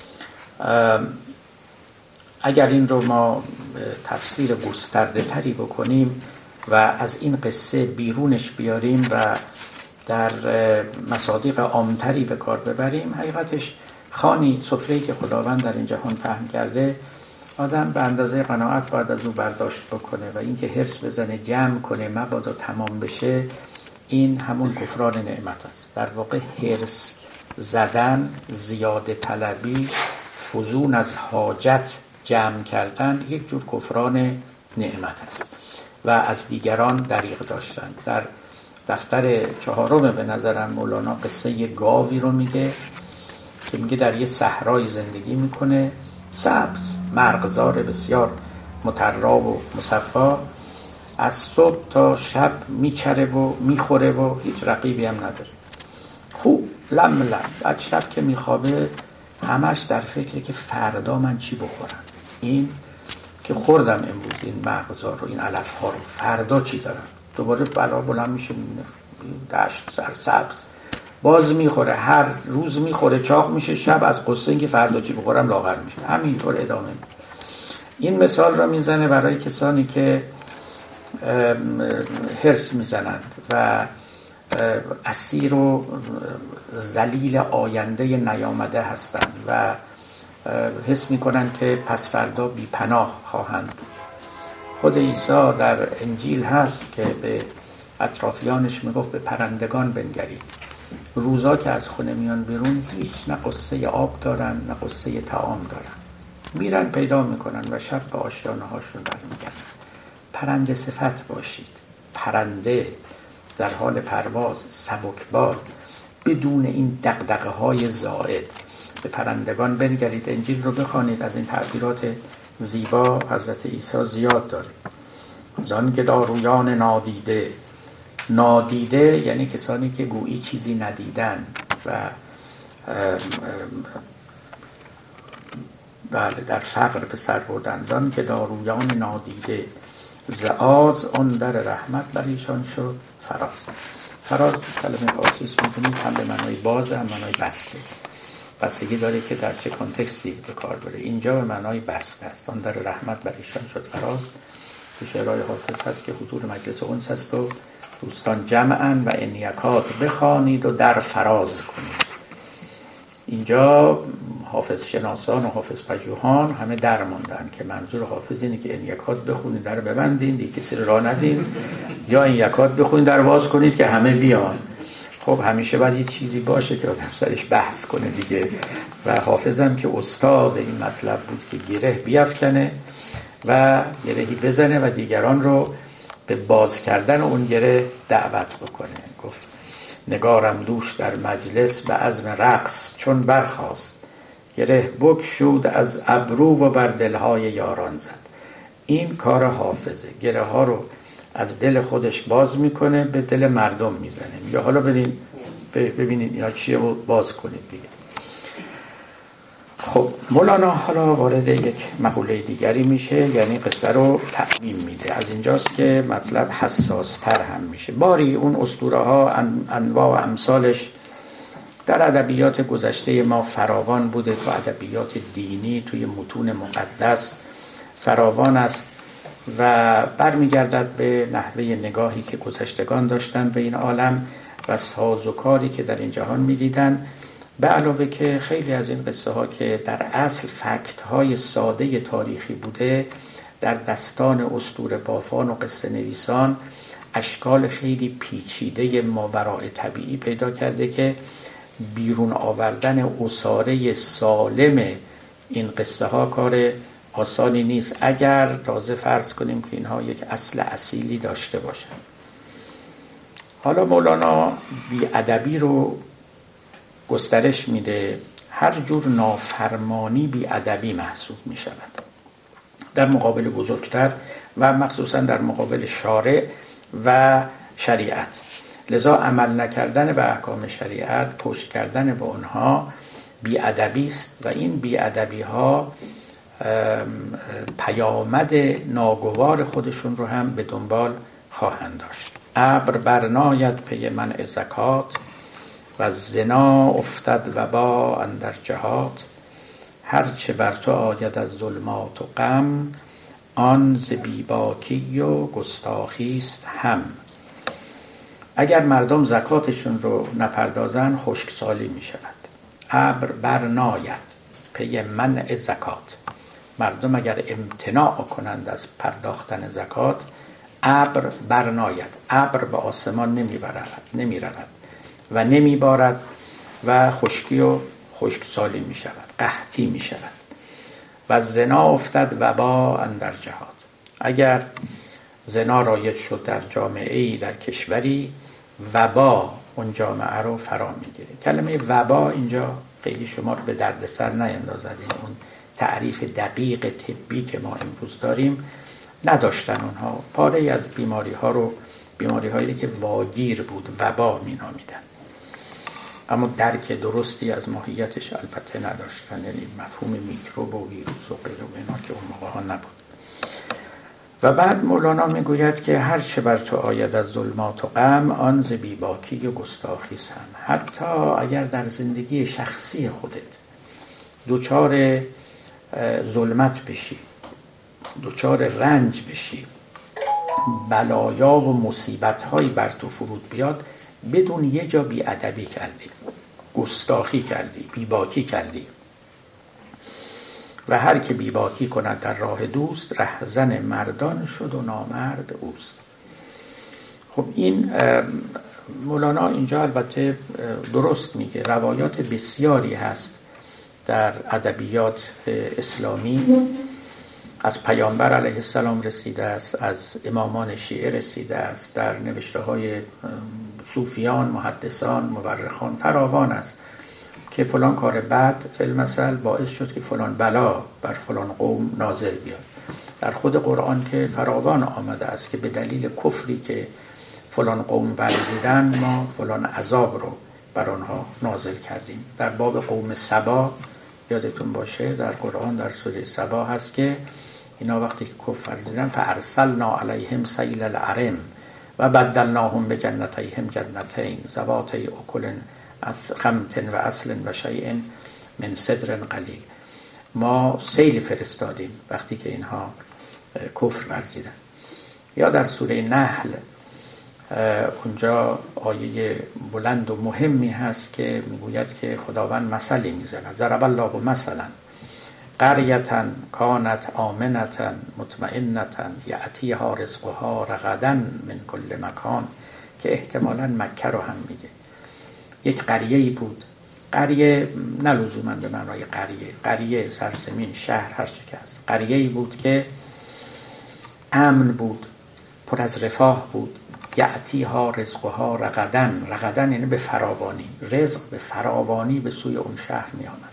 اگر این رو ما تفسیر گسترده تری بکنیم و از این قصه بیرونش بیاریم و در مصادیق عامتری به کار ببریم، حقیقتش خوانی، سفره‌ای که خداوند در این جهان پهن کرده، آدم به اندازه قناعت باید از او برداشت بکنه و اینکه حرص بزنه جمع کنه مبادا تمام بشه، این همون کفران نعمت است. در واقع حرص زدن، زیاده طلبی، فزون از حاجت جمع کردن یک جور کفران نعمت است و از دیگران دریغ داشتن. در دفتر 4 به نظرم مولانا قصه یه گاوی رو میگه که میگه در یه صحرای زندگی میکنه، سبز، مرغزار، بسیار مطرا و مصفا، از صبح تا شب میچره و میخوره و هیچ رقیبی هم نداره. خوب لم بعد شب که میخوابه همش در فکره که فردا من چی بخورم، این که خوردم امروز این مغزا رو، این علف ها رو، فردا چی دارم. دوباره بلا بلند میشه، دشت سرسبز، باز میخوره، هر روز میخوره، چاق میشه، شب از قصه اینکه فردا چی بخورم لاغر میشه، همینطور ادامه میده. این مثال را میزنه برای کسانی که حرص میزنند و اسیر و ذلیل آینده نیامده هستند و حس میکنن که پس فردا بی پناه خواهند بود. خود عیسی در انجیل هست که به اطرافیانش میگفت به پرندگان بنگرید، روزا که از خونه میان بیرون هیچ نه قصه آب دارن نه قصه طعام دارن، میرن پیدا میکنن و شب به آشیانه هاشون برمیگردن. پرنده صفت باشید، پرنده در حال پرواز، سبکبال، بدون این دغدغه های زائد. به پرندگان بنگرید. انجیل رو بخوانید، از این تعبیرات زیبا حضرت عیسی زیاد داره. زان که دارویان نادیده، نادیده یعنی کسانی که گویی چیزی ندیدن و بله در فقر به سر بردن. زان که دارویان نادیده، زعاز اون در رحمت بر ایشان شد فراز. فراز کلمه فارسی است، می‌بینید هم به معنای باز هم معنای بسته. بستگی داره که در چه کانتکستی به کار بره. اینجا به معنای بسته است. اون در رحمت بر ایشان شد فراز. تو شعرهای حافظ هست که حضور مجلس انس است و دوستان جمعن و ان یکاد بخوانید و در فراز کنید. اینجا حافظ شناسان و حافظ پژوهان همه در موندن که منظور حافظ اینه که ان یکاد بخونید در ببندین، دیگه کسی را ندین، یا ان یکاد بخونید در باز کنید که همه بیان. خب همیشه باید یه چیزی باشه که آدم سرش بحث کنه دیگه. و حافظم که استاد این مطلب بود که گره بیفکنه و گرهی بزنه و دیگران رو به باز کردن اون گره دعوت بکنه. گفت نگارم دوش در مجلس به عزم رقص چون برخاست، گره بگشود از ابرو و بر دلهای یاران زد. این کار حافظه، گره ها رو از دل خودش باز میکنه به دل مردم میزنه، میگه حالا ببینید اینا چیه و باز کنید دیگه. خب مولانا حالا وارد یک مقوله دیگری میشه، یعنی قصه رو تعمیم میده. از اینجاست که مطلب حساس تر هم میشه. باری اون اسطوره ها انواع و امثالش در ادبیات گذشته ما فراوان بوده، تو ادبیات دینی، توی متون مقدس فراوان است و برمیگردد به نحوه نگاهی که گذشتگان داشتن به این عالم و ساز و کاری که در این جهان میدیدن. به علاوه که خیلی از این قصه ها که در اصل فکت های ساده تاریخی بوده، در دستان اسطوره بافان و قصه نویسان اشکال خیلی پیچیده ماوراء طبیعی پیدا کرده که بیرون آوردن اساره سالم این قصه ها کار آسانی نیست، اگر تازه فرض کنیم که اینها یک اصل اصیلی داشته باشن. حالا مولانا بی‌ادبی رو گسترش میده. هر جور نافرمانی بی‌ادبی محسوب می شود در مقابل بزرگتر و مخصوصا در مقابل شارع و شریعت. لذا عمل نکردن به احکام شریعت، پشت کردن به اونها بی‌ادبی است و این بی‌ادبی ها پیامد ناگوار خودشون رو هم به دنبال خواهند داشت. ابر برناید پی منع زکات و زنا افتد وبا اندر جهات. هرچه بر تو آید از ظلمات و غم، آن ز بیباکی و گستاخی است هم. اگر مردم زکاتشون رو نپردازن خشکسالی می شود. ابر برناید پی منع زکات، مردم اگر امتناع کنند از پرداختن زکات، ابر برناید، ابر به آسمان نمی رود و نمی بارد و خشکی و خشکسالی می شود، قحطی می شود. و زنا افتد وبا اندر جهات، اگر زنا رایج شد در جامعه‌ای، در کشوری، وبا اون جامعه رو فرا میگیره. کلمه وبا اینجا خیلی شما رو به دردسر نیندازد. اون تعریف دقیق طبی که ما امروز داریم نداشتن اونها. پاره از بیماری ها رو، بیماری هایی که واگیر بود، وبا می نامیدن، اما درک درستی از ماهیتش البته نداشتن، یعنی مفهوم میکروب و ویروس و غیره و اینا که اون موقع ها نبود. و بعد مولانا میگوید که هر چه بر تو آید از ظلمات و غم آن ز بیباکی و گستاخی است هم. حتی اگر در زندگی شخصی خودت دوچار ظلمت بشی، دوچار رنج بشی، بلایا و مصیبت‌هایی بر تو فرود بیاد، بدون یه جا بی‌ادبی کردی، گستاخی کردی، بیباکی کردی. و هر که بیباکی کند در راه دوست، رهزن مردان شد و نامرد اوست. خب این مولانا اینجا البته درست میگه. روایات بسیاری هست در ادبیات اسلامی، از پیامبر علیه السلام رسیده است، از امامان شیعه رسیده است، در نوشته های صوفیان، محدثان، مورخان فراوان است که فلان کار بد فی‌المثل باعث شد که فلان بلا بر فلان قوم نازل بیاد. در خود قرآن که فراوان آمده است که به دلیل کفری که فلان قوم ورزیدن ما فلان عذاب رو بر آنها نازل کردیم. در باب قوم سبا یادتون باشه در قرآن در سوره سبا هست که اینا وقتی که کفر ورزیدن فارسلنا علیهم سیل العرم و بدلناهم بجنتیهم جنتین ذواتي اکل خمط و اصل و شیء من صدر قلیل. ما سیل فرستادیم وقتی که اینها کفر ورزیدن. یا در سوره نحل اونجا آیه بلند و مهمی هست که میگوید که خداوند مثلی میزند. ضرب الله مثلا قریة کانت آمنة مطمئنة یأتیها رزقها رغدا من کل مکان، که احتمالاً مکه رو هم میگه. یک قریه‌ای بود، قریه نه لزوماً به معنای قریه سرزمین، شهر، هر چه که هست، قریه‌ای بود که امن بود، پر از رفاه بود. یأتیها رزقها رغدا یعنی به فراوانی، رزق به فراوانی به سوی اون شهر می آمد.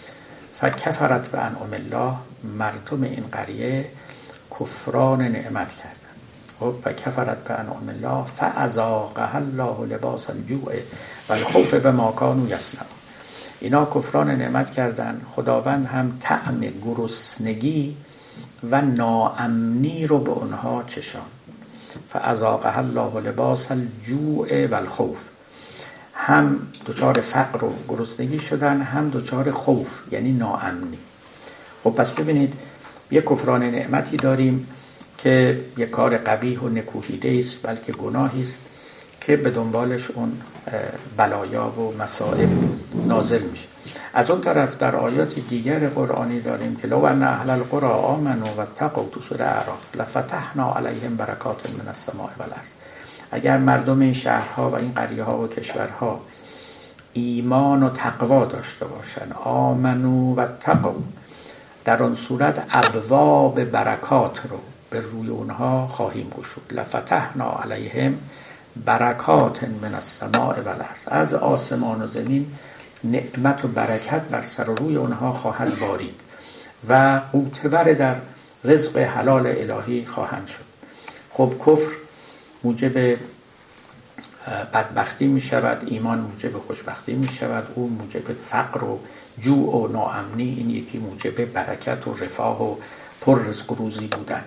فکفرت بانعم الله، مردم این قریه کفران نعمت کردند. خب فکفرت بانعم الله فاذاقها الله لباس الجوع والخوف بما كانوا یصنعون. اینا کفران نعمت کردند، خداوند هم طعم گرسنگی و ناامنی رو به اونها چشان. فاذاقها الله لباس الجوع والخوف، هم دچار فقر و گرسنگی شدن، هم دچار خوف یعنی ناامنی. خب پس ببینید یک کفران نعمتی داریم که یک کار قبیح و نکوهیده است، بلکه گناهی است که به دنبالش اون بلایا و مصائب نازل میشه. از اون طرف در آیات دیگر قرآنی داریم که لو ان اهل القرى آمنوا واتقوا، تو سوره اعراف، لفتحنا علیهم برکات من السماء والارض. اگر مردم این شهرها و این قریه‌ها و کشورها ایمان و تقوا داشته باشند، آمنوا واتقوا، در آن صورت ابواب برکات رو به روی اونها خواهیم گشود. لفتحنا علیهم برکات من السماء والارض، از آسمان و زمین نعمت و برکت بر سر و روی اونها خواهد بارید و غوطه‌ور در رزق حلال الهی خواهند شد. خب کفر موجب بدبختی می شود، ایمان موجب خوشبختی می شود، او موجب فقر و جوع و ناامنی، این یکی موجب برکت و رفاه و پر رزق و روزی بودن.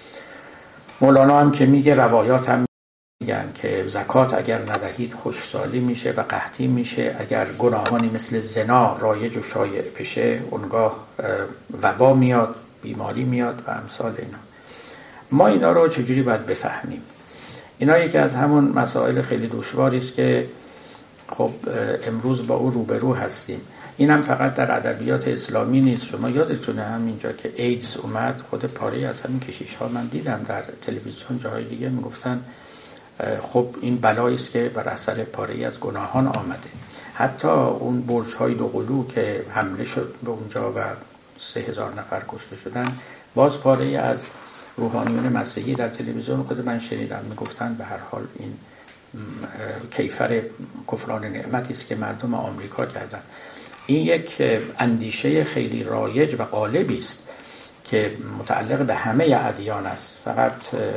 مولانا هم که میگه، روایات هم میگن که زکات اگر ندهید خوشسالی میشه و قحطی میشه، اگر گناهانی مثل زنا رایج و شایع بشه اونگاه وبا میاد، بیماری میاد و امثال اینا. ما اینا رو چجوری باید بفهمیم؟ اینا یکی از همون مسائل خیلی دشواری است که خب امروز با او روبرو هستیم. این هم فقط در ادبیات اسلامی نیست. شما یادتونه همینجا که ایدز اومد، خود پاره از همین کشیش ها من دیدم در تلویزیون جاهای دیگه میگفتن خب این بلایی است که بر اثر پاره از گناهان آمده. حتی اون برج های دوقلو که حمله شد به اونجا و 3000 نفر کشته شدن، باز پاره از روحانیون مسیحی در تلویزیون خود من شنیدم میگفتن به هر حال این کیفر کفران نعمتی است که مردم آمریکا کردن. این یک اندیشه خیلی رایج و غالبی است که متعلق به همه ادیان است، فقط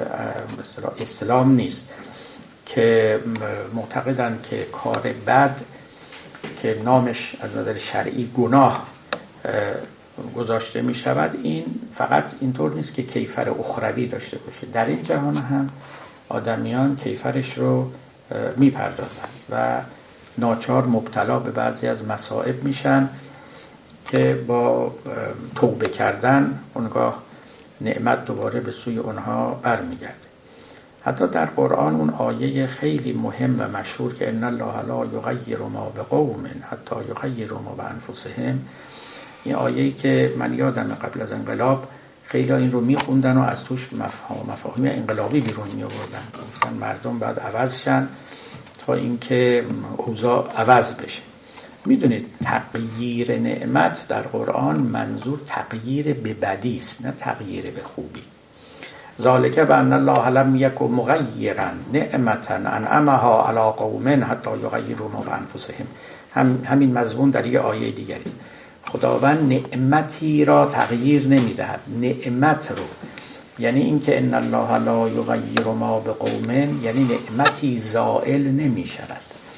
اسلام نیست، که معتقدند که کار بد که نامش از نظر شرعی گناه گذاشته می شود، این فقط اینطور نیست که کیفر اخروی داشته باشه، در این جهان هم آدمیان کیفرش رو می پردازن و ناچار مبتلا به بعضی از مصائب میشن که با توبه کردن اونگاه نعمت دوباره به سوی اونها برمیگرده. حتی در قرآن اون آیه خیلی مهم و مشهور که ان الله لا یغیر ما بقوم حتی یغیروا ما بانفسهم، این آیه‌ای که من یادم قبل از انقلاب خیلی این رو میخوندن و از توش مفاهیم انقلابی بیرون میآوردن، گفتن مردم باید عوض شن تا اینکه اوضاع عوض بشه. میدونید تغییر نعمت در قرآن منظور تغییر به بدی است، نه تغییر به خوبی. ذالک بأن الله لم یک مغیرا نعمتا انعمها علی قوم حتی یغیروا ما بانفسهم. همین مضمون در یک آیه دیگری. خداوند نعمتی را تغییر نمیدهد، نعمت رو، یعنی اینکه ان الله لا یغیر ما بقوم، یعنی نعمتی زائل نمی شود،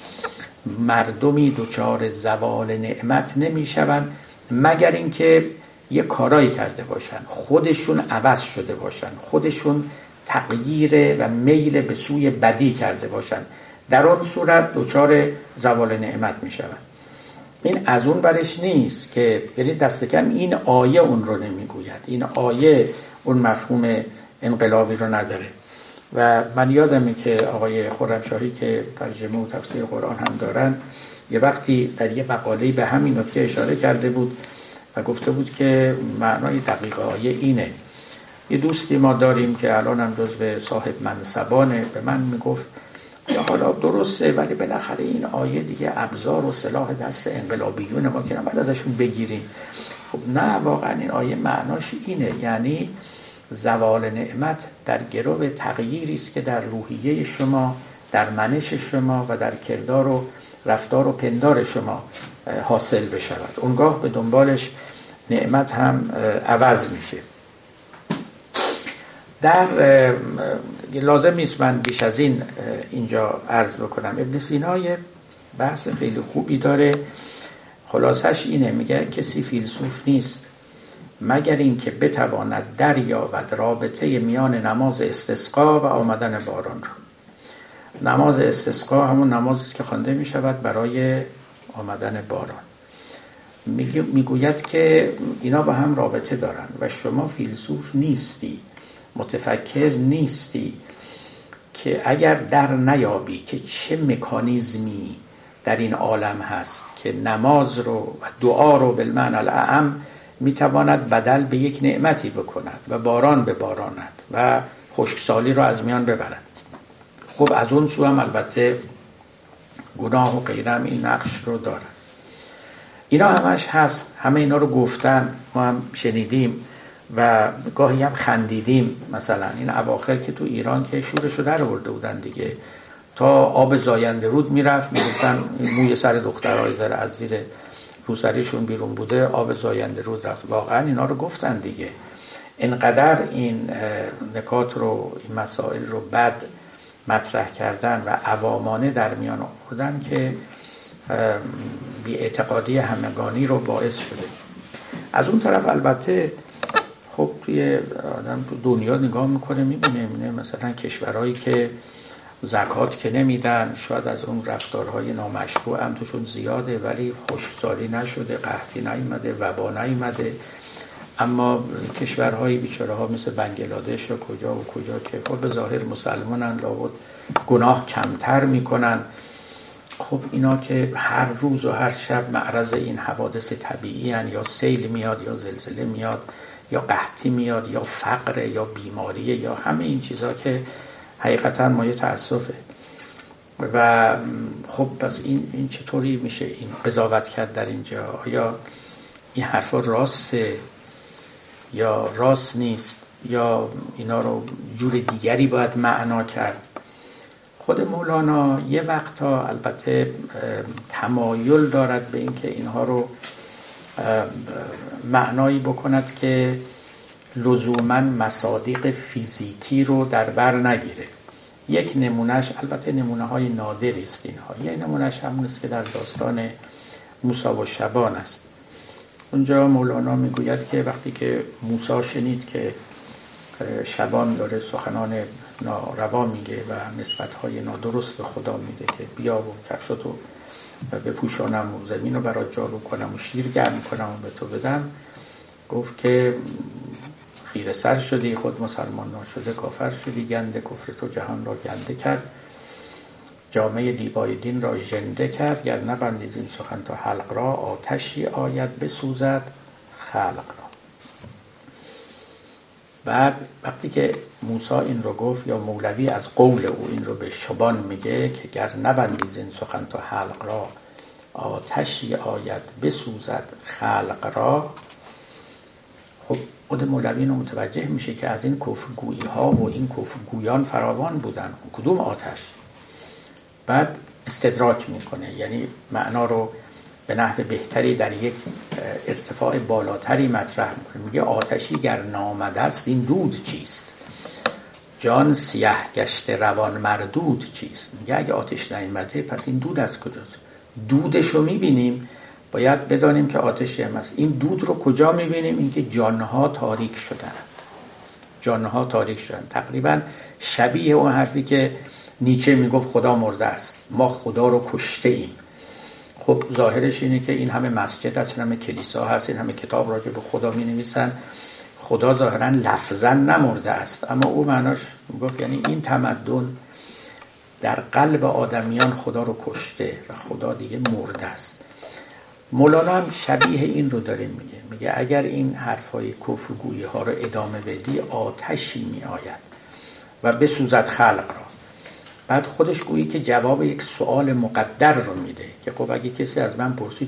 مردمی دچار زوال نعمت نمی شوند مگر اینکه یه کارایی کرده باشن، خودشون عوض شده باشن، خودشون تغییر و میل به سوی بدی کرده باشن، در اون صورت دچار زوال نعمت می شوند. این از اون برش نیست که یعنی دست کم این آیه اون رو نمیگوید، این آیه اون مفهوم انقلابی رو نداره. و من یادمه که آقای خرمشاهی که ترجمه و تفسیر قرآن هم دارن یه وقتی در یه مقاله‌ای به همین نکته اشاره کرده بود و گفته بود که معنای دقیق آیه اینه. یه دوستی ما داریم که الان هم جزو صاحب منصبانه، به من میگفت یا حالا درسته ولی بالاخره این آیه دیگه ابزار و سلاح دست انقلابیون ما که نباید ازشون بگیریم. خب نه، واقعا این آیه معناش اینه، یعنی زوال نعمت در گرو تغییری است که در روحیه شما، در منش شما و در کردار و رفتار و پندار شما حاصل بشود. اونگاه به دنبالش نعمت هم عوض میشه. در لازم نیست من بیش از این اینجا عرض بکنم. ابن سینا یه بحث خیلی خوبی داره، خلاصش اینه، میگه کسی فیلسوف نیست مگر این که بتواند دریابد رابطه میان نماز استسقا و آمدن باران را. نماز استسقا همون نمازی است که خوانده می شود برای آمدن باران. میگوید که اینا با هم رابطه دارن و شما فیلسوف نیستی، متفکر نیستی که اگر در نیابی که چه مکانیزمی در این عالم هست که نماز رو و دعا رو بالمعنی الاعم میتواند بدل به یک نعمتی بکند و باران بباراند و خشکسالی رو از میان ببرد. خب از اون سو هم البته گناه و غیره هم این نقش رو دارن. اینا همش هست، همه اینا رو گفتن، ما هم شنیدیم و گاهی هم خندیدیم. مثلا این اواخر که تو ایران که شورشو در آورده بودن دیگه، تا آب زاینده رود میرفت میگفتن موی سر دخترای زره از زیر روسریشون بیرون بوده، آب زاینده رود رفت. واقعا اینا رو گفتن دیگه. اینقدر این نکات رو، این مسائل رو بد مطرح کردن و عوامانه در میان آوردن که بی‌اعتقادی همگانی رو باعث شده. از اون طرف البته خب توی آدم تو دنیا نگاه میکنه میبینه مثلا کشورهایی که زکات که نمیدن، شاید از اون رفتارهای نامشروع هم توشون زیاده ولی خشکسالی نشده، قحطی نیومده، وبا نیومده. اما کشورهای بیچاره ها مثل بنگلادش و کجا و کجا که خب به ظاهر مسلمانن لابد گناه کمتر میکنن، خب اینا که هر روز و هر شب معرض این حوادث طبیعی هن، یا سیل میاد یا زلزله میاد یا قحطی میاد یا فقر یا بیماری یا همه این چیزا که حقیقتا مایه تأسفه. و خب پس این چطوری میشه این قضاوت کرد در اینجا؟ آیا این حرفا راسته یا راست نیست یا اینا رو جور دیگری باید معنا کرد؟ خود مولانا یه وقتا البته تمایل دارد به اینکه اینها رو معنایی بکند که لزوماً مصادیق فیزیکی رو در بر نگیره. یک نمونهش، البته نمونه های نادری است اینها، یک نمونهش همون است که در داستان موسی و شبان است اونجا مولانا میگوید که وقتی که موسی شنید که شبان داره سخنان ناروا میگه و نسبت‌های نادرست به خدا میده که بیا و کفشتو بپوشانم و زمین رو برات جارو کنم و شیر گرم کنم و به تو بدم، گفت که خیره سر شدی، خود مسلمان ناشده کافر شدی، گنده کفر تو جهان را گنده کرد، جامعه دیبای دین را ژنده کرد، گر نبندی این سخن تا حلق را، آتشی آید بسوزد خلق را. بعد وقتی که موسی این رو گفت، یا مولوی از قول او این رو به شبان میگه که گر نبندی این سخن تا حلق را، آتشی آید بسوزد خلق را. خب خود مولوی اینو متوجه میشه که از این کفرگویی ها و این کفرگویان فراوان بودن، کدوم آتش؟ بعد استدراک میکنه، یعنی معنا رو به نحو بهتری در یک ارتفاع بالاتری مطرح میکنه. میگه آتشی گر نامده است این دود چیست، جان سیاه گشته روان مردود چیست. میگه اگه آتش نیامده پس این دود از کجاست؟ دودش رو میبینیم، باید بدانیم که آتشی هم است. این دود رو کجا میبینیم؟ اینکه جانها تاریک شدن، جانها تاریک شدن. تقریبا شبیه اون حرفی که نیچه میگفت خدا مرده است، ما خدا رو کشته ایم. خب ظاهرش اینه که این همه مسجد هست، این همه کلیسا هست، این همه کتاب راجع به خدا می نویسن، خدا ظاهرا لفظا نمرده است، اما او معناش میگفت یعنی این تمدن در قلب آدمیان خدا رو کشته و خدا دیگه مرده است. مولانا هم شبیه این رو داره میگه اگر این حرفای کفرگویی ها رو ادامه بدی آتشی می آید و بسوزد خلق را. بعد خودش گویی که جواب یک سوال مقدر رو میده که خب اگه کسی از من پرسید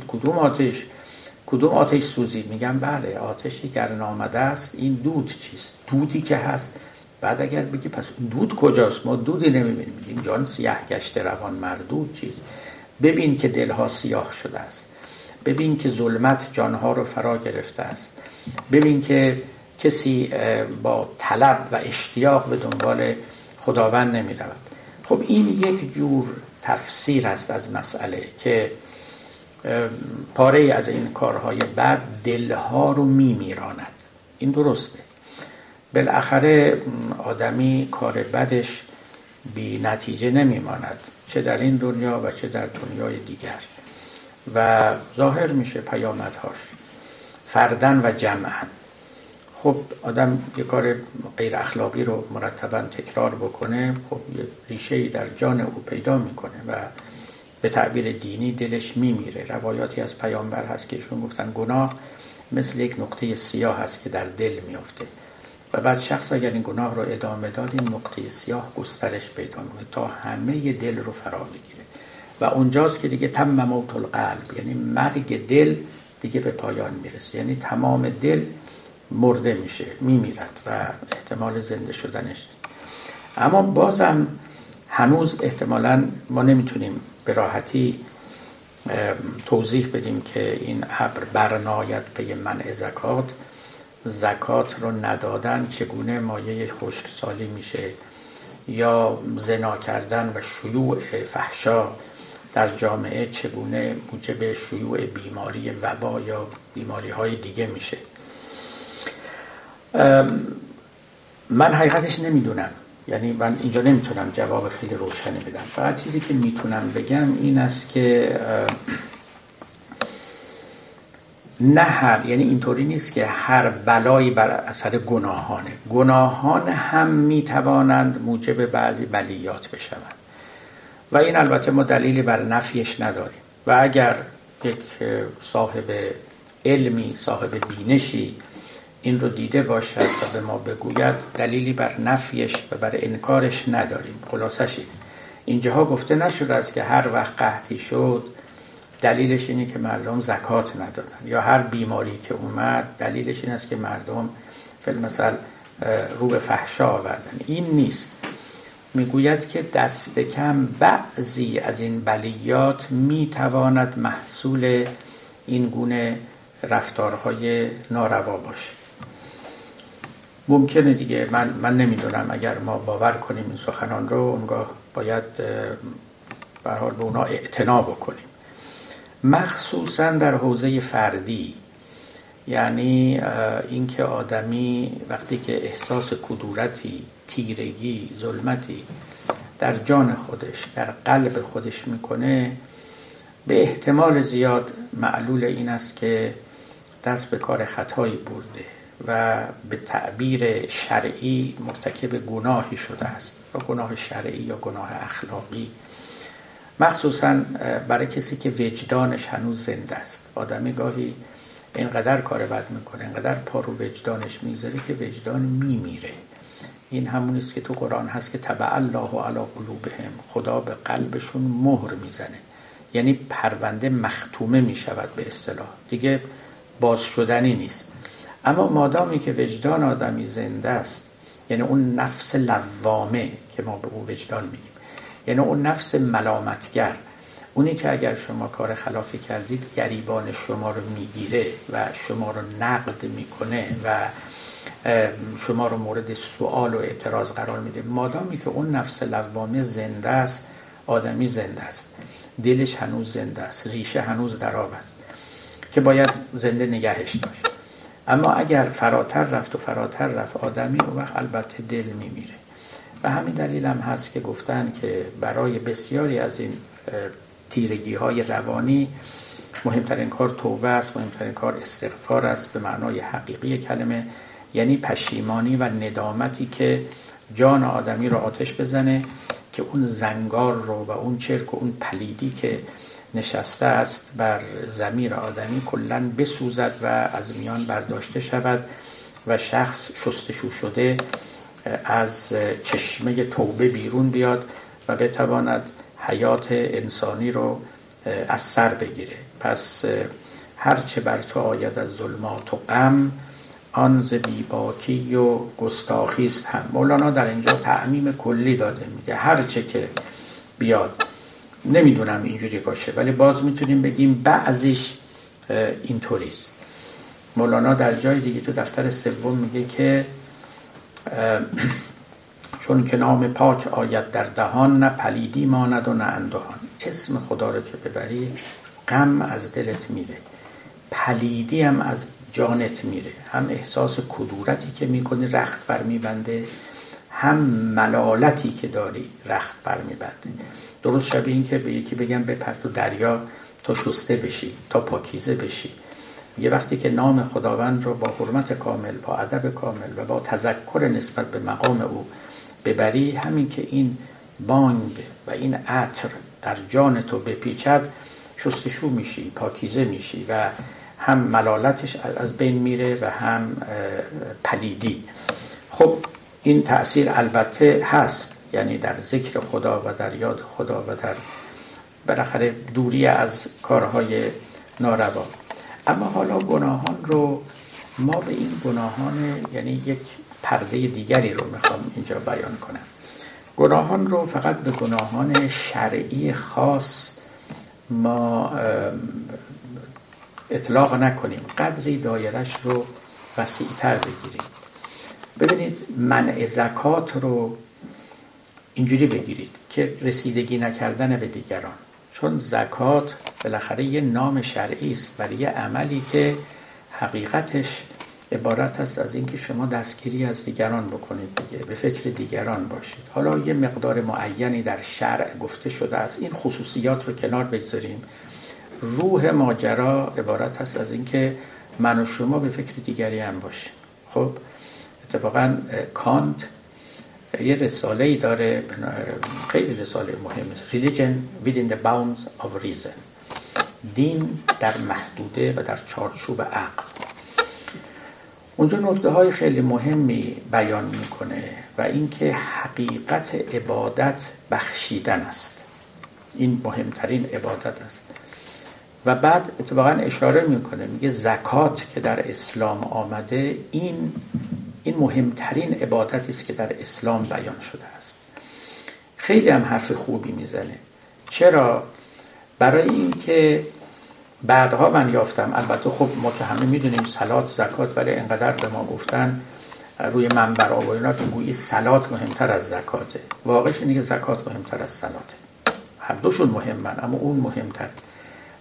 کدوم آتش سوزید، میگم بله آتشی گر نامده است این دود چیست، دودی که هست. بعد اگر بگی پس دود کجاست، ما دودی نمیبینیم، میگیم جان سیاه گشته روان مردود چیست. ببین که دلها سیاه شده است، ببین که ظلمت جانها رو فرا گرفته است، ببین که کسی با طلب و اشتیاق به دنبال خداوند نمی رود. خب این یک جور تفسیر است از مسئله که پاره از این کارهای بد دلها رو می میراند. این درسته، بالاخره آدمی کار بدش بی نتیجه نمی ماند، چه در این دنیا و چه در دنیای دیگر، و ظاهر میشه پیامدهاش فردن و جمعن. خب آدم یه کار غیر اخلاقی رو مرتبا تکرار بکنه، خب یه ریشه‌ای در جان او پیدا میکنه و به تعبیر دینی دلش میمیره. روایاتی از پیامبر هست که ایشون گفتن گناه مثل یک نقطه سیاه هست که در دل میفته و بعد شخص اگر این گناه رو ادامه داد این نقطه سیاه گسترش پیدا میکنه تا همه دل رو فرا بگیره و اونجاست که دیگه تم موت القلب، یعنی مرگ دل دیگه به پایان میرسه، یعنی تمام دل مرده میشه، میمیرد و احتمال زنده شدنش. اما بازم هنوز احتمالاً ما نمیتونیم به راحتی توضیح بدیم که این ابر برناید پی منع زکات رو ندادن چگونه مایه خشکسالی میشه، یا زنا کردن و شیوع فحشا در جامعه چگونه موجب شیوع بیماری وبا یا بیماری های دیگه میشه. من حقیقتش نمیدونم، یعنی من اینجا نمیتونم جواب خیلی روشنی بدم. فقط چیزی که میتونم بگم این است که یعنی اینطوری نیست که هر بلایی بر اثر گناهان هم میتوانند موجب بعضی بلیات بشوند و این البته ما دلیلی بر نفیش نداریم و اگر یک صاحب علمی، صاحب بینشی این رو دیده باشد و به ما بگوید دلیلی بر نفیش و بر انکارش نداریم. خلاصش اینجاها گفته نشده است که هر وقت قحطی شد دلیلش اینه که مردم زکات ندادن، یا هر بیماری که اومد دلیلش این است که مردم فی‌المثل رو به فحشا آوردن. این نیست. میگوید که دست کم بعضی از این بلیات میتواند محصول این گونه رفتارهای ناروا باشه. ممکنه دیگه، من نمیدونم، اگر ما باور کنیم این سخنان رو اونگاه باید به هر حال به اونا اعتنا بکنیم، مخصوصا در حوزه فردی. یعنی اینکه آدمی وقتی که احساس کدورتی، تیرگی، ظلمتی در جان خودش، در قلب خودش میکنه، به احتمال زیاد معلول این است که دست به کار خطایی برده و به تعبیر شرعی مرتکب گناهی شده است، یا گناه شرعی یا گناه اخلاقی، مخصوصا برای کسی که وجدانش هنوز زنده است. آدمی گاهی اینقدر کار بد میکنه، اینقدر پا رو وجدانش میذاره که وجدان میمیره. این همون است که تو قرآن هست که طبع الله علی قلوبهم، خدا به قلبشون مهر میزنه، یعنی پرونده مختومه میشود، به اصطلاح دیگه باز شدنی نیست. اما مادامی که وجدان آدمی زنده است، یعنی اون نفس لوامه که ما به اون وجدان میگیم، یعنی اون نفس ملامتگر، اونی که اگر شما کار خلافی کردید گریبان شما رو میگیره و شما رو نقد میکنه و شما رو مورد سوال و اعتراض قرار میده، مادامی که اون نفس لوامه زنده است، آدمی زنده است، دلش هنوز زنده است، ریشه هنوز در آب است که باید زنده نگهش داشت. اما اگر فراتر رفت آدمی، اون وقت البته دل میمیره. و همین دلیل هم هست که گفتن که برای بسیاری از این تیرگی های روانی مهمترین کار توبه است، مهمترین کار استغفار است به معنای حقیقی کلمه، یعنی پشیمانی و ندامتی که جان آدمی رو آتش بزنه که اون زنگار رو و اون چرک و اون پلیدی که نشسته است بر ضمیر آدمی کلاً بسوزد و از میان برداشته شود و شخص شستشو شده از چشمه توبه بیرون بیاد و بتواند حیات انسانی رو از سر بگیره. پس هرچه بر تو آید از ظلمات و غم، آن ز بیباکی و گستاخی است هم. مولانا در اینجا تعمیم کلی داده، میگه هرچه که بیاد. نمیدونم اینجوری باشه ولی باز میتونیم بگیم بعضیش اینطوریست. مولانا در جای دیگه تو دفتر سوم میگه که چون که نام پاک آید در دهان، نه پلیدی ماند و نه اندهان. اسم خدا رو که ببری غم از دلت میره، پلیدی هم از جانت میره، هم احساس کدورتی که میکنی رخت بر میبنده، هم ملالتی که داری رخت بر میبنده. درست شبیه این که به یکی بگم بپر تو دریا تا شسته بشی، تا پاکیزه بشی. یه وقتی که نام خداوند رو با حرمت کامل، با ادب کامل و با تذکر نسبت به مقام او ببری، همین که این بانگ و این عطر در جان تو بپیچد، شستشو میشی، پاکیزه میشی و هم ملالتش از بین میره و هم پلیدی. خب این تأثیر البته هست، یعنی در ذکر خدا و در یاد خدا و در بالاخره دوری از کارهای ناروا. اما حالا گناهان رو ما به این گناهان، یعنی یک پرده دیگری رو میخوام اینجا بیان کنم. گناهان رو فقط به گناهان شرعی خاص ما اطلاق نکنیم، قدری دایرش رو وسیع‌تر بگیریم. ببینید منع زکات رو اینجوری بگیرید که رسیدگی نکردن به دیگران، چون زکات بالاخره یه نام شرعی است برای یه عملی که حقیقتش عبارت است از اینکه شما دستگیری از دیگران بکنید دیگه، به فکر دیگران باشید. حالا یه مقدار معینی در شرع گفته شده است، این خصوصیات رو کنار بگذاریم. روح ماجرا عبارت است از اینکه من و شما به فکر دیگری هم باشیم. خب اتفاقا کانت یه رساله‌ای داره، خیلی رساله مهم است، Religion within the bounds of reason، دین در محدوده و در چارچوب عقل. اونجا نکته‌های خیلی مهمی بیان میکنه و اینکه حقیقت عبادت بخشیدن است، این مهمترین عبادت است. و بعد اتفاقا اشاره میکنه، میگه زکات که در اسلام آمده این مهمترین عبادتی است که در اسلام بیان شده است. خیلی هم حرف خوبی میزنه. چرا؟ برای اینکه بعدها من یافتم، البته خب ما که همه میدونیم صلات زکات، ولی انقدر به ما گفتن روی منبرها و اینا که گویی صلات مهمتر از زکاته. واقعش اینه که زکات مهمتر از صلاته. هر دوشون مهمن اما اون مهمتر.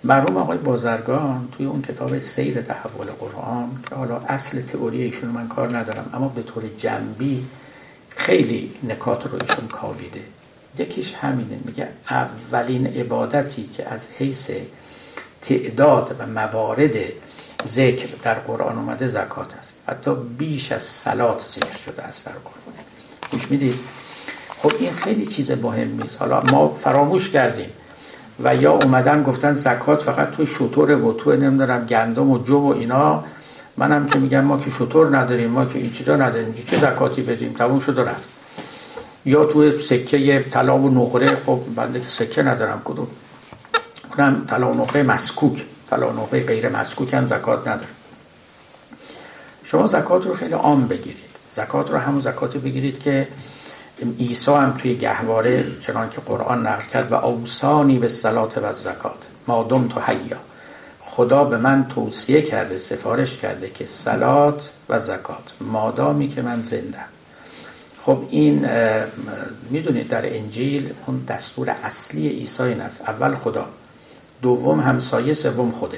مرحوم آقای بازرگان توی اون کتاب سیر تحول قرآن که حالا اصل تئوری ایشون من کار ندارم اما به طور جنبی خیلی نکات رو ایشون کاویده. یکیش همینه، میگه اولین عبادتی که از حیث تعداد و موارد ذکر در قرآن اومده زکات است. حتی بیش از صلات ذکر شده است در قرآن. گوش میدید؟ خب این خیلی چیز مهمی است. حالا ما فراموش کردیم و یا اومدن گفتن زکات فقط توی شتر و توی نمیدونم گندم و جو و اینا. منم که میگم ما که شتر نداریم، ما که این چیزا نداریم، چه زکاتی بدیم؟ تموم شد و رفت. یا توی سکه طلا و نقره، خب بنده که سکه ندارم، کدوم اونم طلا و نقره مسکوک، طلا و نقره غیر مسکوک هم زکات نداره. شما زکات رو خیلی عام بگیرید. زکات رو همون زکاتی بگیرید که عیسی هم توی گهواره چنان که قرآن نقل کرد و اوصانی بالصلاة و الزکات ما دمت حیا. خدا به من توصیه کرده، سفارش کرده که صلات و زکات مادامی که من زنده. خب این میدونید در انجیل اون دستور اصلی عیسی این است: اول خدا، دوم همسایه، سوم خودت.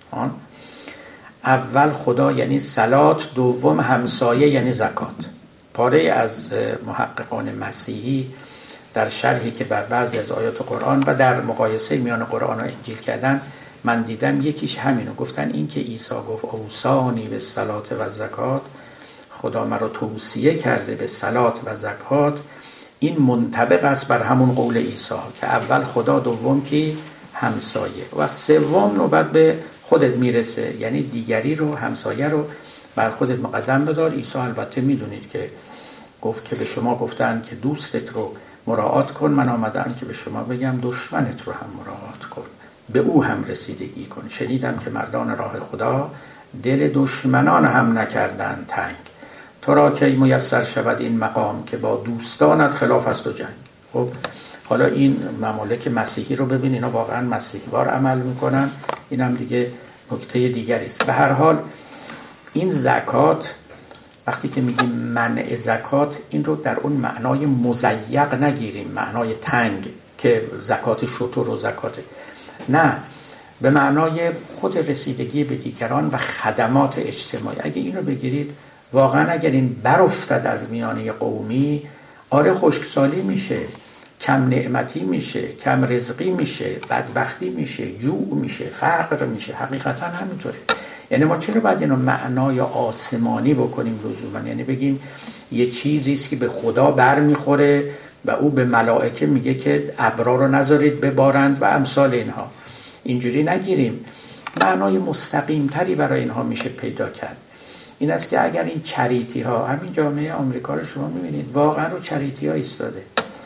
اول خدا یعنی صلات، دوم همسایه یعنی زکات. پاره از محققان مسیحی در شرحی که بر بعضی از آیات قرآن و در مقایسه میان قرآن و انجیل کردن، من دیدم یکیش همینو گفتن، این که عیسی گفت اوصانی بالصلاة و الزکات، خدا مرا توصیه کرده به صلات و زکات، این منطبق است بر همون قول عیسی که اول خدا، دوم کی؟ همسایه، و سوم نوبت به خودت میرسه، یعنی دیگری رو، همسایه رو بر خودت مقدم بدار. عیسی البته میدونید که گفت که به شما گفتن که دوستت رو مراعات کن، من آمدم که به شما بگم دشمنت رو هم مراعات کن، به او هم رسیدگی کن. شنیدم که مردان راه خدا دل دشمنان هم نکردن تنگ، تو را که میسر شود این مقام که با دوستانت خلاف است و جنگ. خب حالا این ممالک مسیحی رو ببین، اینا واقعا مسیحی وار عمل میکنن، این هم دیگه نکته دیگری است. به هر حال این زکات، وقتی که میگیم منع زکات، این رو در اون معنای مضیق نگیریم، معنای تنگ که زکات شتر و زکات، نه، به معنای خود رسیدگی به دیگران و خدمات اجتماعی. اگه این رو بگیرید، واقعا اگر این برافتد از میانه قومی، آره خشکسالی میشه، کم نعمتی میشه، کم رزقی میشه، بدبختی میشه، جوع میشه، فقر میشه. حقیقتا همینطوره. یعنی ما چرا باید اینو معنای آسمانی بکنیم لزوما؟ یعنی بگیم یه چیزی است که به خدا بر میخوره و او به ملائکه میگه که ابرا رو نذارید ببارند و امثال اینها. اینجوری نگیریم. معنای مستقیم تری برای اینها میشه پیدا کرد. این است که اگر این چریتی ها، همین جامعه آمریکا رو شما میبینید، واقعا رو چریتی ها ایستاده.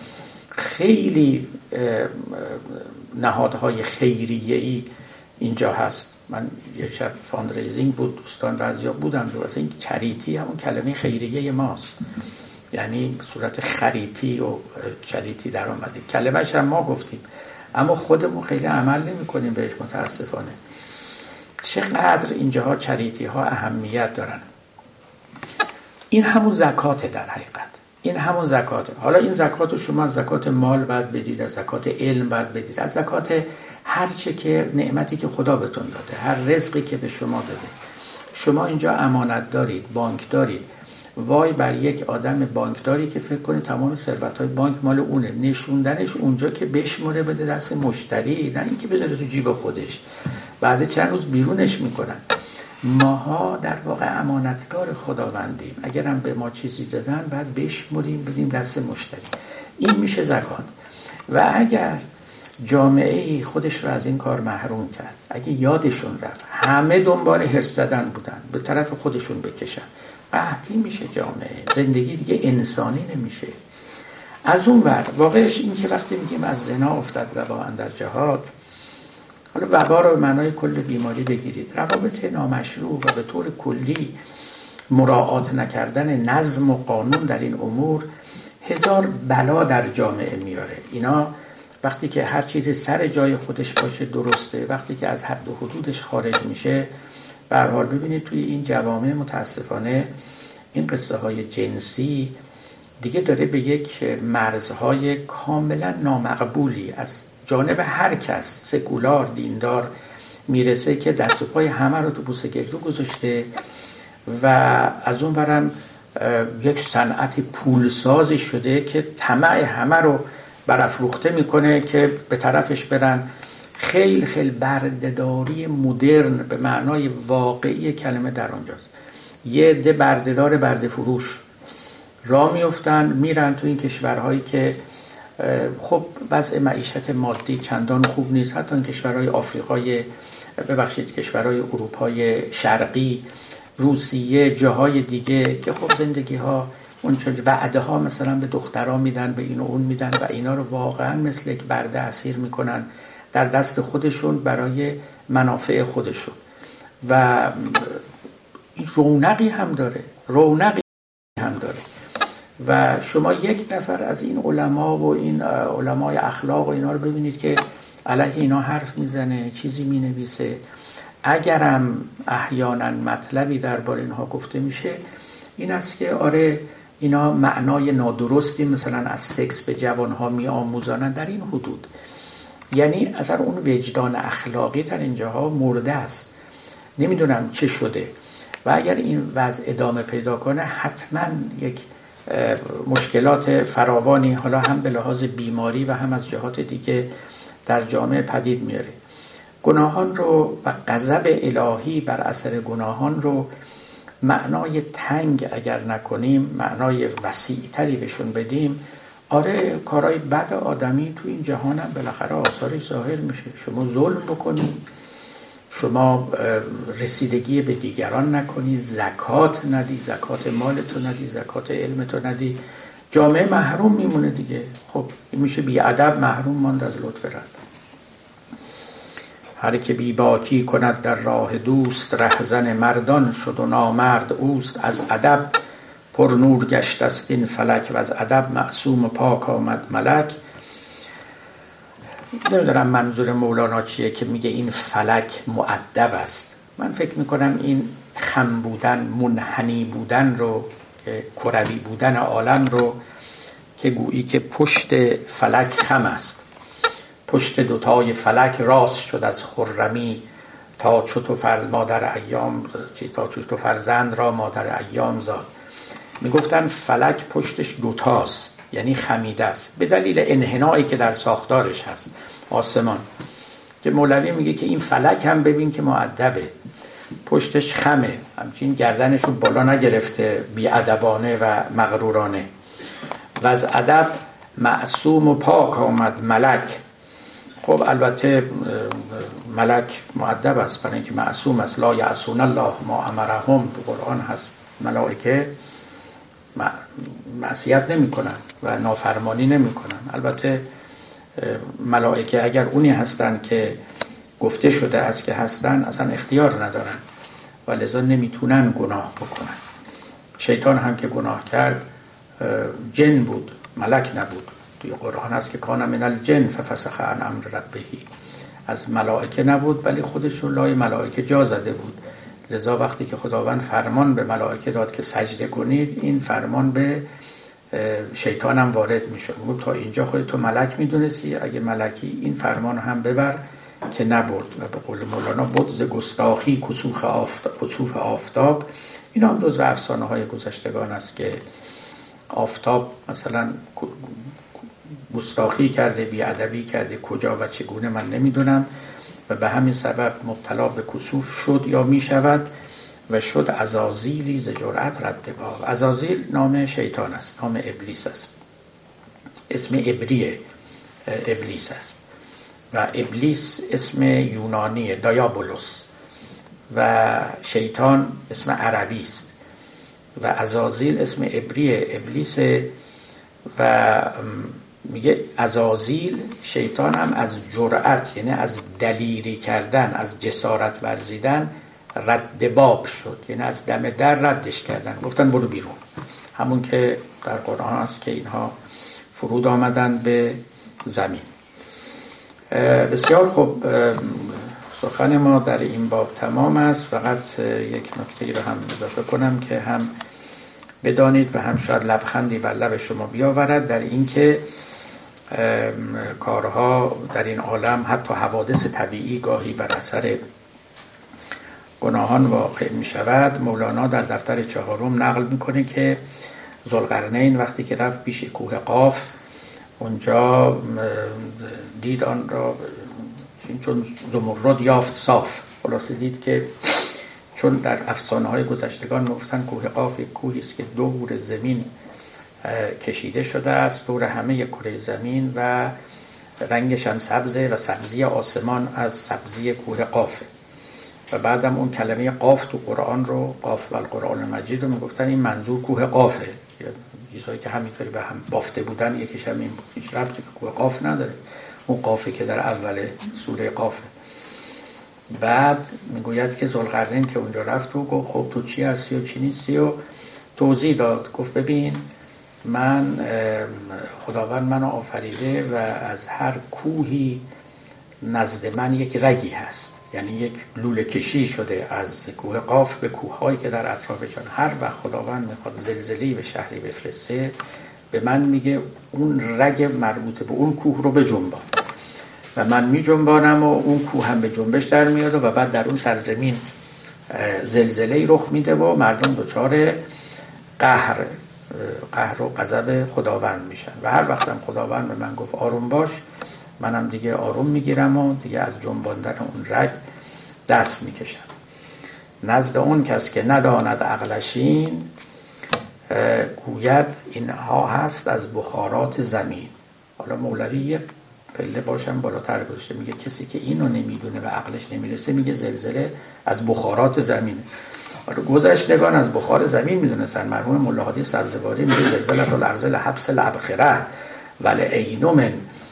خیلی نهادهای خیریه‌ای اینجا هست. من یه شب فاندریزینگ بود، دوستان بعضیا بودن، درسته این چریتی همون کلمه خیریه ماست، یعنی صورت خریتی و چریتی در آمده. کلمه‌اش هم ما گفتیم اما خودمون خیلی عمل نمی‌کنیم بهش متاسفانه. چقدر اینجاها چریتی ها اهمیت دارن. این همون زکاته در حقیقت، این همون زکاته. حالا این زکات رو شما از زکات مال باید بدید، از زکات علم باید بدید، از زکات هر چه که نعمتی که خدا بهتون داده، هر رزقی که به شما داده. شما اینجا امانت دارید، بانک دارید. وای بر یک آدم بانکداری که فکر کنه تمام ثروت‌های بانک مال اونه، نشوندنش اونجا که بشموره بده دست مشتری، نه اینکه بذاره تو جیب خودش، بعد چند روز بیرونش میکنن. ماها در واقع امانتدار خداوندیم، اگرم به ما چیزی دادن بعد بشموریم بدیم دست مشتری. این میشه زکات. و اگر جامعه خودش رو از این کار محروم کرد، اگه یادشون رفت همه دنبال حرص زدن بودن، به طرف خودشون بکشن، قحطی میشه جامعه، زندگی دیگه انسانی نمیشه. از اون ور واقعش این که وقتی میگیم از زنا افتاد وبا اندر جهاد، حالا وبا رو به معنای کل بیماری بگیرید، روابط نامشروع و به طور کلی مراعات نکردن نظم و قانون در این امور هزار بلا در جامعه میاره. اینا وقتی که هر چیزی سر جای خودش باشه درسته، وقتی که از حد و حدودش خارج میشه، به هر حال ببینید توی این جوامع متاسفانه این قصه های جنسی دیگه داره به یک مرزهای کاملا نامقبولی از جانب هر کس سکولار دیندار میرسه که دست و پای همه رو تو بوسه گردو گذاشته و از اون برم یک صنعت پولسازی شده که طمع همه رو برافروخته میکنه که به طرفش برن. خیلی خیلی بردهداری مدرن به معنای واقعی کلمه در اونجاست. یه عده بردهدار برده فروش راه میفتن میرن تو این کشورهایی که خب وضع معیشت مادی چندان خوب نیست، حتی این کشورهای آفریقای کشورهای اروپای شرقی، روسیه، جاهای دیگه که خب زندگی ها اونچه وعده ها مثلا به دخترها میدن، به این و اون میدن و اینا رو واقعا مثل یک برده اسیر میکنن در دست خودشون برای منافع خودشون و این رونقی هم داره و شما یک نفر از این علما و این علمای اخلاق و اینا رو ببینید که علیه اینا حرف میزنه، چیزی مینویسه. اگرم احیانا مطلبی درباره اینها گفته میشه این است که آره اینا معنای نادرستی مثلا از سکس به جوانها میآموزانن در این حدود، یعنی اصلا اون وجدان اخلاقی در اینجاها مرده است. نمیدونم چه شده و اگر این وضع ادامه پیدا کنه حتما یک مشکلات فراوانی حالا هم به لحاظ بیماری و هم از جهات دیگه در جامعه پدید میاره. گناهان رو و غضب الهی بر اثر گناهان رو معنای تنگ اگر نکنیم، معنای وسیع‌تری بهشون بدیم، آره کارهای بد آدمی تو این جهان هم بالاخره آثارش ظاهر میشه. شما ظلم بکنید، شما رسیدگی به دیگران نکنی، زکات ندی، زکات مالتو ندی، زکات علمتو ندی، جامعه محروم میمونه دیگه. خب این میشه بی ادب محروم ماند از لطف رب. هر که بی باکی کند در راه دوست، رهزن مردان شد و نامرد اوست. از ادب پر نور گشت است این فلک، و از ادب معصوم و پاک آمد ملک. نمیدونم منظور مولانا چیه که میگه این فلک مؤدب است. من فکر میکنم این خم بودن، منحنی بودن رو، کروی بودن عالم رو که گویی که پشت فلک خم است، پشت دوتای فلک راست شد از خرمی، تا چو تو فرزند را مادر ایام زاد. میگفتن فلک پشتش دوتاست، یعنی خمیده است به دلیل انحنایی که در ساختارش هست آسمان، که مولوی میگه که این فلک هم ببین که مؤدبه، پشتش خمه، همچین گردنشو بالا نگرفته بی‌ادبانه و مغرورانه. و از ادب معصوم و پاک آمد ملک. خب البته ملک مؤدب است برای اینکه معصوم است. لا یعصون الله ما امرهم، تو قرآن هست ملائکه معصیت نمی کنن و نافرمانی نمی کنن. البته ملائکه اگر اونی هستن که گفته شده است که هستن اصلا اختیار ندارن و لذا نمیتونن گناه بکنن. شیطان هم که گناه کرد جن بود، ملک نبود. توی قرآن هست که کان من الجن ففسق عن امر ربه، از ملائکه نبود ولی خودش رو لای ملائکه جا زده بود. لذا وقتی که خداوند فرمان به ملائکه داد که سجده کنید، این فرمان به شیطان هم وارد میشد. گفت تا اینجا خودت تو ملک میدونستی، اگه ملکی این فرمان هم ببر، که نبرد. و به قول مولانا بود ز گستاخی کسوف آفتاب. این هم جزو افسانه های گذشتگان است که آفتاب مثلا گستاخی کرده، بی‌ادبی کرده، کجا و چگونه من نمیدونم و به همین سبب مبتلا به کسوف شد یا می شود و شد عزازیلی ز جرأت رد باب. عزازیل نام شیطان است، نام ابلیس است، اسم عبری ابلیس است و ابلیس اسم یونانی دیابولوس و شیطان اسم عربی است و عزازیل اسم عبری ابلیس. و میگه عزازیل شیطان هم از جرأت، یعنی از دلیری کردن، از جسارت ورزیدن رد باب شد، یعنی از دم در ردش کردن، گفتن برو بیرون. همون که در قرآن هست که اینها فرود آمدن به زمین. بسیار خوب، سخن ما در این باب تمام است. فقط یک نکته رو هم اضافه کنم که هم بدانید و هم شاید لبخندی بر لب شما بیاورد، در این که کارها در این عالم، حتی حوادث طبیعی گاهی بر اثر گناهان واقع می شود. مولانا در دفتر 4 نقل میکنه که ذوالقرنین وقتی که رفت پیش کوه قاف، اونجا دید آن را چون زمرد یافت صاف. خلاصه دید که چون در افسانه های گذشتگان میگفتن کوه قاف یک کوهی است که دور زمین کشیده شده است، دور همه کره زمین، و رنگش هم سبزه و سبزی آسمان از سبزی کوه قافه. و بعدم اون کلمه قاف تو قرآن رو، قاف و القرآن مجید رو میگفتن این منظور کوه قافه. چیزایی که همینطوری به هم بافته بودن یکیش هم این بود. هیچ ربطی به کوه قاف نداره، اون قافه که در اول سوره قافه. بعد میگوید که ذوالقرنین که اونجا رفت و گفت خب تو چی هستی و چی نیستی و توضیح داد. گفت ببین من خداوند منو آفریده و از هر کوهی نزد من یک رگی هست، یعنی یک لوله کشی شده از کوه قاف به کوههایی که در اطرافشان. هر وقت خداوند میخواد زلزله‌ای به شهری بفرسته به من میگه اون رگ مربوط به اون کوه رو بجنبان و من میجنبانم و اون کوه هم به جنبش در میاد و بعد در اون سرزمین زلزله‌ای رخ میده و مردم دچار قهر و غضب خداوند میشن. و هر وقتم خداوند به من گفت آروم باش، منم دیگه آروم میگیرم و دیگه از جنباندن اون رگ دست میکشم. نزد اون کس که نداند عقلشین، گوید اینها هست از بخارات زمین. حالا مولوی یه پله باشم بالاتر گذاشته، میگه کسی که اینو نمیدونه و عقلش نمیرسه میگه زلزله از بخارات زمینه. حالا گذشتگان از بخار زمین میدونستن. مرحوم ملا هادی سبزواری میگه زلزله الارض لحبس الابخره ولعین من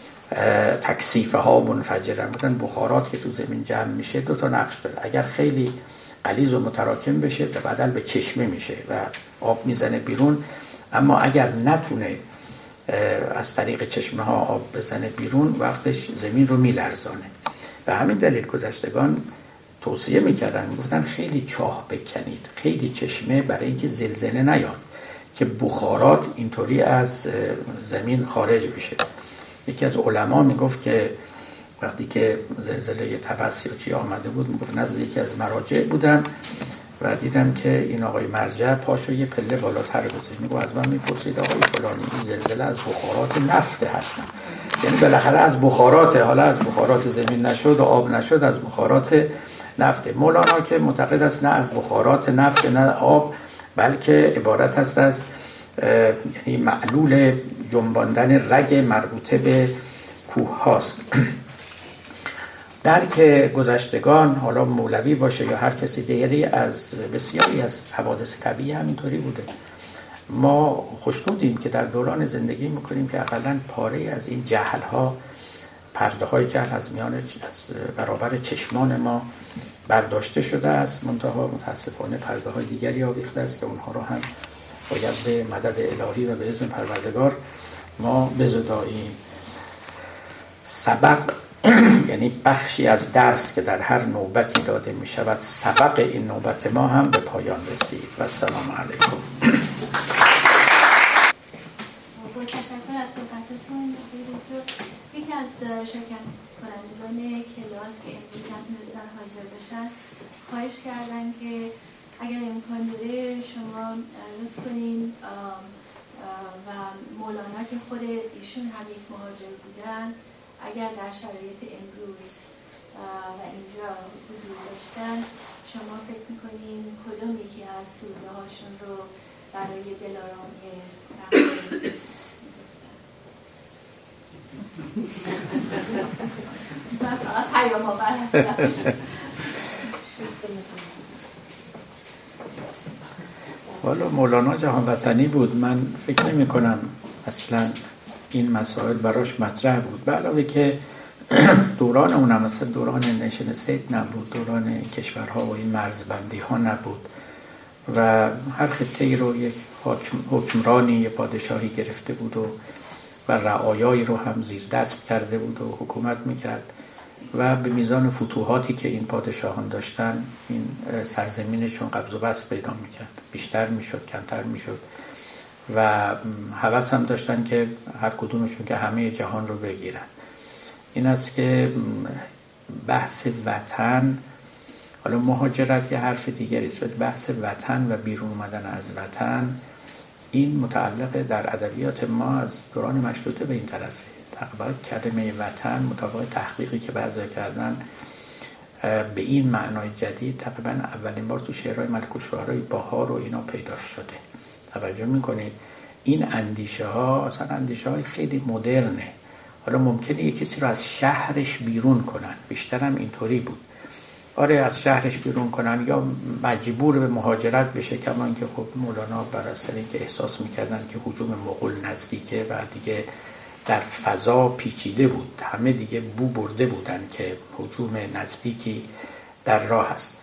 تکثیفها منفجره. مثلا بخارات که تو زمین جمع میشه دو تا نقش داره. اگر خیلی غلیظ و متراکم بشه به بدل به چشمه میشه و آب میزنه بیرون، اما اگر نتونه از طریق چشمه ها آب بزنه بیرون وقتش زمین رو میلرزانه. به همین دلیل گذشتگان توصیه میکردن، میگفتن خیلی چاه بکنید، خیلی چشمه، برای اینکه زلزله نیاد که بخارات اینطوری از زمین خارج بشه. یکی از علما میگفت که وقتی که زلزله تبس یا چی آمده بود، میگفت نزد یکی از مراجع بودم و دیدم که این آقای مرجع پاشو یه پله بالاتر گذاشت. میگفت از من میپرسید آقای فلانی این زلزله از بخارات نفته حتما، یعنی بالاخره از بخارات، حالا از بخارات زمین نشد و آب نشد، از بخارات نفته. مولانا که معتقد است نه از بخارات نفت نه آب، بلکه عبارت است از یعنی معلول جنباندن رگ مربوطه به کوه هاست. درک گذشتگان، حالا مولوی باشه یا هر کسی دیگری، از بسیاری از حوادث طبیعی همینطوری بوده. ما خوشنودیم که در دوران زندگی میکنیم که اقلا پاره از این جهل ها، پرده های جهل از میان از برابر چشمان ما برداشته شده است. منتها متاسفانه پرده های دیگری آویخته است که اونها رو هم باید به مدد الهی و به اذن پروردگار ما بزداییم. سبق یعنی بخشی از درس که در هر نوبتی داده می شود، سبق این نوبت ما هم به پایان رسید. و السلام علیکم. با تشکر از صحبتتون. یکی از شرکت کنندگان کلاس که امروز نتونستن حاضر بشن خواهش کردن که اگر امکان داره شما لطف کنین و مولانا که خود ایشون هم یک مهاجر بودن، اگر در شرایط امروز و اینجا حضور داشتن، شما فکر میکنین کدوم یکی از سروده هاشون رو برای دلارامی من فقط پیام آور هستم. والا مولانا جهان وطنی بود. من فکر نمی کنم اصلا این مسائل براش مطرح بود. به علاوه که دوران اونم مثلا دوران نشن استیت نبود، دوران کشورها و این مرزبندی ها نبود و هر خطه‌ای رو یک حکمرانی، یک پادشاهی گرفته بود و رعایایی رو هم زیر دست کرده بود و حکومت میکرد و به میزان فتوحاتی که این پادشاهان داشتن این سرزمینشون قبض و بسط پیدا میکرد، بیشتر میشد کمتر میشد و هوس هم داشتن که هر کدومشون که همه جهان رو بگیرن. این است که بحث وطن، حالا مهاجرت یه حرف دیگری است، بحث وطن و بیرون اومدن از وطن این متعلق در ادبیات ما از دوران مشروطه به این طرفه. تقریبا کلمه وطن مطابق تحقیقی که بعضی کردن به این معنای جدید تقریبا اولین بار تو شعرهای ملک الشعرا بهار و اینا پیدا شده. توجه میکنید این اندیشه ها اصلا اندیشه های خیلی مدرنه. حالا ممکنه یک کسی رو از شهرش بیرون کنن، بیشتر هم اینطوری بود. آره از شهرش بیرون کنن یا مجبور به مهاجرت بشه، کما اینکه خب مولانا بر اثر اینکه احساس میکردن که هجوم مغول نزدیکه و دیگه در فضا پیچیده بود، همه دیگه بو برده بودن که هجوم نزدیکی در راه است،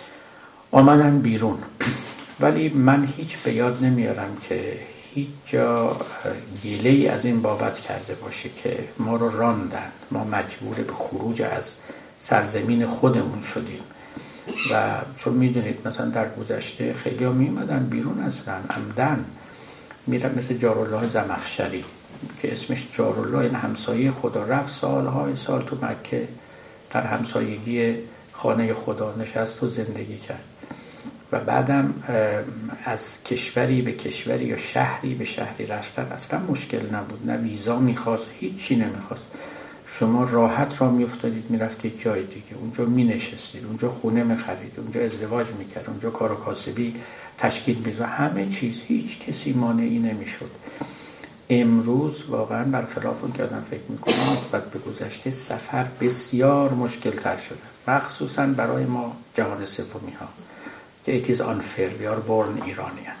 آمدن بیرون. ولی من هیچ به یاد نمیارم که هیچ جا گله‌ای از این بابت کرده باشه که ما رو راندن، ما مجبور به خروج از سرزمین خودمون شدیم. و چون میدونید مثلا در گذشته خیلی ها میمدن بیرون اصلا عمدن میرن، مثل جارالله زمخشری که اسمش جارالله، این همسایه خدا، رفت سالهای سال تو مکه در همسایگی خانه خدا نشست و زندگی کرد و بعدم از کشوری به کشوری یا شهری به شهری رفتن اصلا مشکل نبود، نه ویزا میخواست، هیچی نمیخواست. شما راحت را میافتادید میرفتید جای دیگه، اونجا مینشستید، اونجا خونه میخرید، اونجا ازدواج میکرد، اونجا کار و کاسبی تشکیل میداد، همه چیز، هیچ کسی مانعی نمیشد. امروز واقعا برخلاف اون که آدم فکر میکنه نسبت به گذشته سفر بسیار مشکل تر شده، مخصوصا برای ما جهان سومی ها که it is unfair we are born Iranian.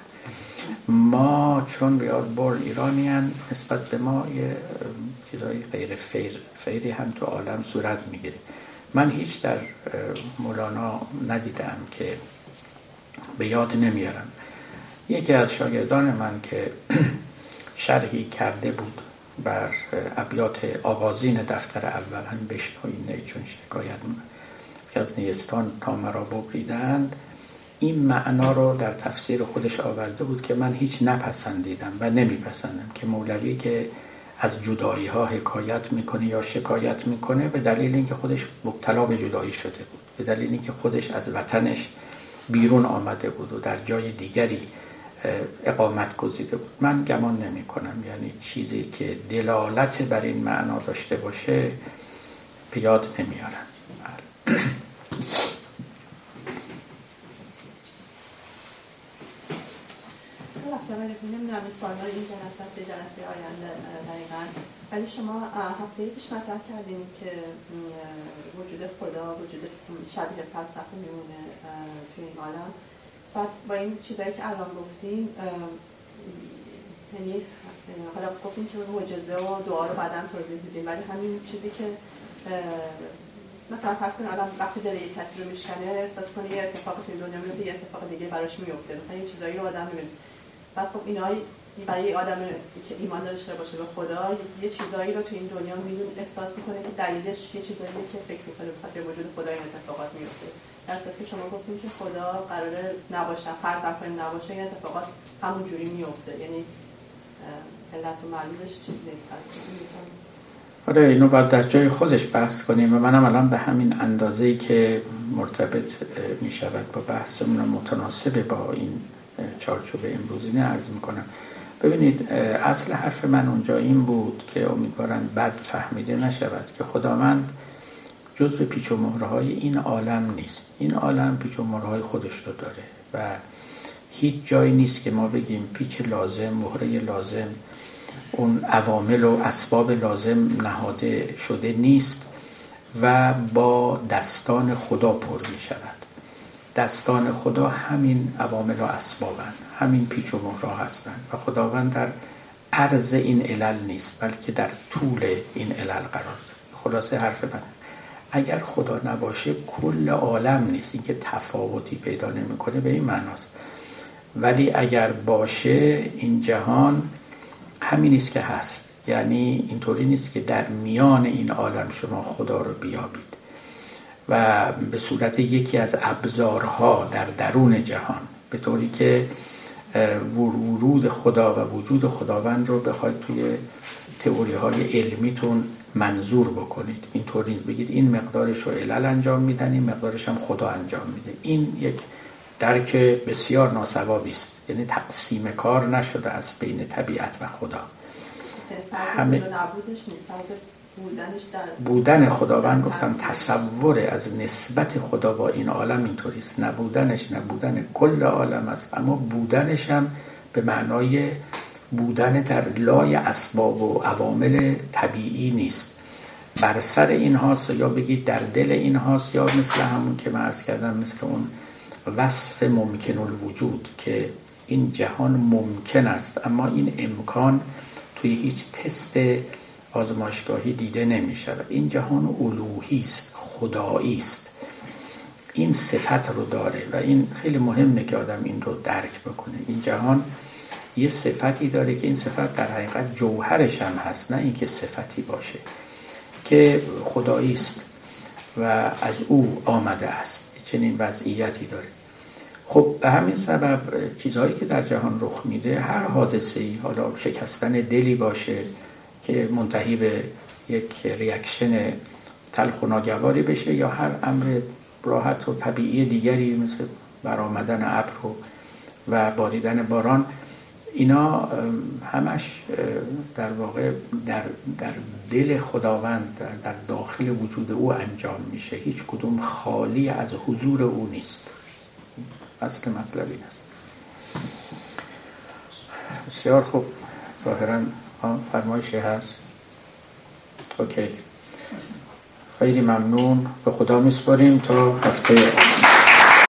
ما چون we are born Iranian نسبت به ما یه چیزای غیر فیری هم تو عالم صورت میگیره. من هیچ در مولانا ندیدم که به یاد نمیارم. یکی از شاگردان من که شرحی کرده بود بر ابیات آغازین دفتر اول، هم بشنوید چون شکایت که از نیستان تا مرا ببریدند، این معنا رو در تفسیر خودش آورده بود که من هیچ نپسندیدم و نمیپسندم که مولوی که از جدایی ها حکایت میکنه یا شکایت میکنه به دلیل اینکه خودش مبتلا به جدایی شده بود، به دلیل اینکه خودش از وطنش بیرون آمده بود و در جای دیگری اقامت گزیده بود. من گمان نمی کنم، یعنی چیزی که دلالت بر این معنا داشته باشه پیاد نمیارم. نمیدونم این سال‌ها این جلسه است، جلسه آینده دقیقاً، ولی شما هفته پیش مطرح کردین که وجود خدا وجود شبیه فلسفه میمونه توی این عالم. بعد با این چیزایی که الان گفتین، یعنی حالا گفتین که معجزه و دعا رو بعداً توضیح میدین، ولی همین چیزی که مثلا فرض کنید آدم وقتی دل یک کسی رو میشکنه احساس کنه یه اتفاق توی دنیا میفته، یه اتفاق دیگه براش میفته، مثلا یه چیزایی رو آدم میبینه. بعد خب اینا برای آدم که ایمان داشته باشه به خدا یه چیزایی رو تو این دنیا میدونه، احساس میکنه که دلیلش یه چیزاییه که فکر میکنه بخاطر وجود خدا این اتفاقات میفته. در صورتی که شما گفتین که خدا قراره نباشه، فرض کنیم نباشه، این اتفاقات همون جوری میفته، یعنی علت و معلولش چیز نیست. آره اینو باید در جای خودش بحث کنیم و منم الان به همین اندازه‌ای که مرتبط میشود با بحثمون متناسب با این چارچوب امروزینه عرض میکنم. ببینید اصل حرف من اونجا این بود که امیدوارم بد فهمیده نشود که خداوند جزء پیچ و مهرهای این عالم نیست. این عالم پیچ و مهرهای خودش رو داره و هیچ جایی نیست که ما بگیم پیچ لازم، مهره لازم، اون عوامل و اسباب لازم نهاده شده نیست و با دستان خدا پر می شود. دستان خدا همین عوامل و اسبابن، همین پیچ و مهرها هستند و خداوند در عرض این علل نیست بلکه در طول این علل قرار داره. خلاصه حرف من اگر خدا نباشه کل عالم نیست، این که تفاوتی پیدا نمیکنه به این معناست. ولی اگر باشه این جهان همین نیست که هست، یعنی اینطوری نیست که در میان این عالم شما خدا رو بیابید و به صورت یکی از ابزارها در درون جهان، به طوری که ورود خدا و وجود خداوند رو بخواید توی تئوری های علمیتون منظور بکنید. اینطوری بگید این مقدارش رو علل انجام میدن، این مقدارش هم خدا انجام میده. این یک درک بسیار ناسوابی است. یعنی تقسیم کار نشده از بین طبیعت و خدا. همه نبودش نیست، بودنش در بودن خداوند گفتم تصور از نسبت خدا با این عالم اینطوری است. نبودنش نبودن کل عالم است، اما بودنش هم به معنای بودن در لای اسباب و عوامل طبیعی نیست. بر سر این هاست، یا بگید در دل این هاست، یا مثل همون که من عرض کردم، مثل اون وصف ممکن الوجود که این جهان ممکن است اما این امکان توی هیچ تست آزمایشگاهی دیده نمی شود. این جهان الوهی است، خدایی است، این صفت رو داره و این خیلی مهمه که آدم این رو درک بکنه. این جهان یه صفتی داره که این صفت در حقیقت جوهرش هم هست، نه اینکه صفتی باشه، که خدایی است و از او آمده است. چنین وضعیتی داره. خب به همین سبب چیزهایی که در جهان رخ میده، هر حادثه‌ای، حالا شکستن دلی باشه که منتهی به یک ریاکشن تلخ و ناگواری بشه، یا هر امر راحت و طبیعی دیگری مثل برآمدن ابر و باریدن باران، اینا همش در واقع در دل خداوند، در داخل وجود او انجام میشه. هیچ کدوم خالی از حضور او نیست. اصل مطلب این است. بسیار خوب. ظاهراً فرمایشی هست. اوکی. خیلی ممنون. به خدا میسپاریم تا هفته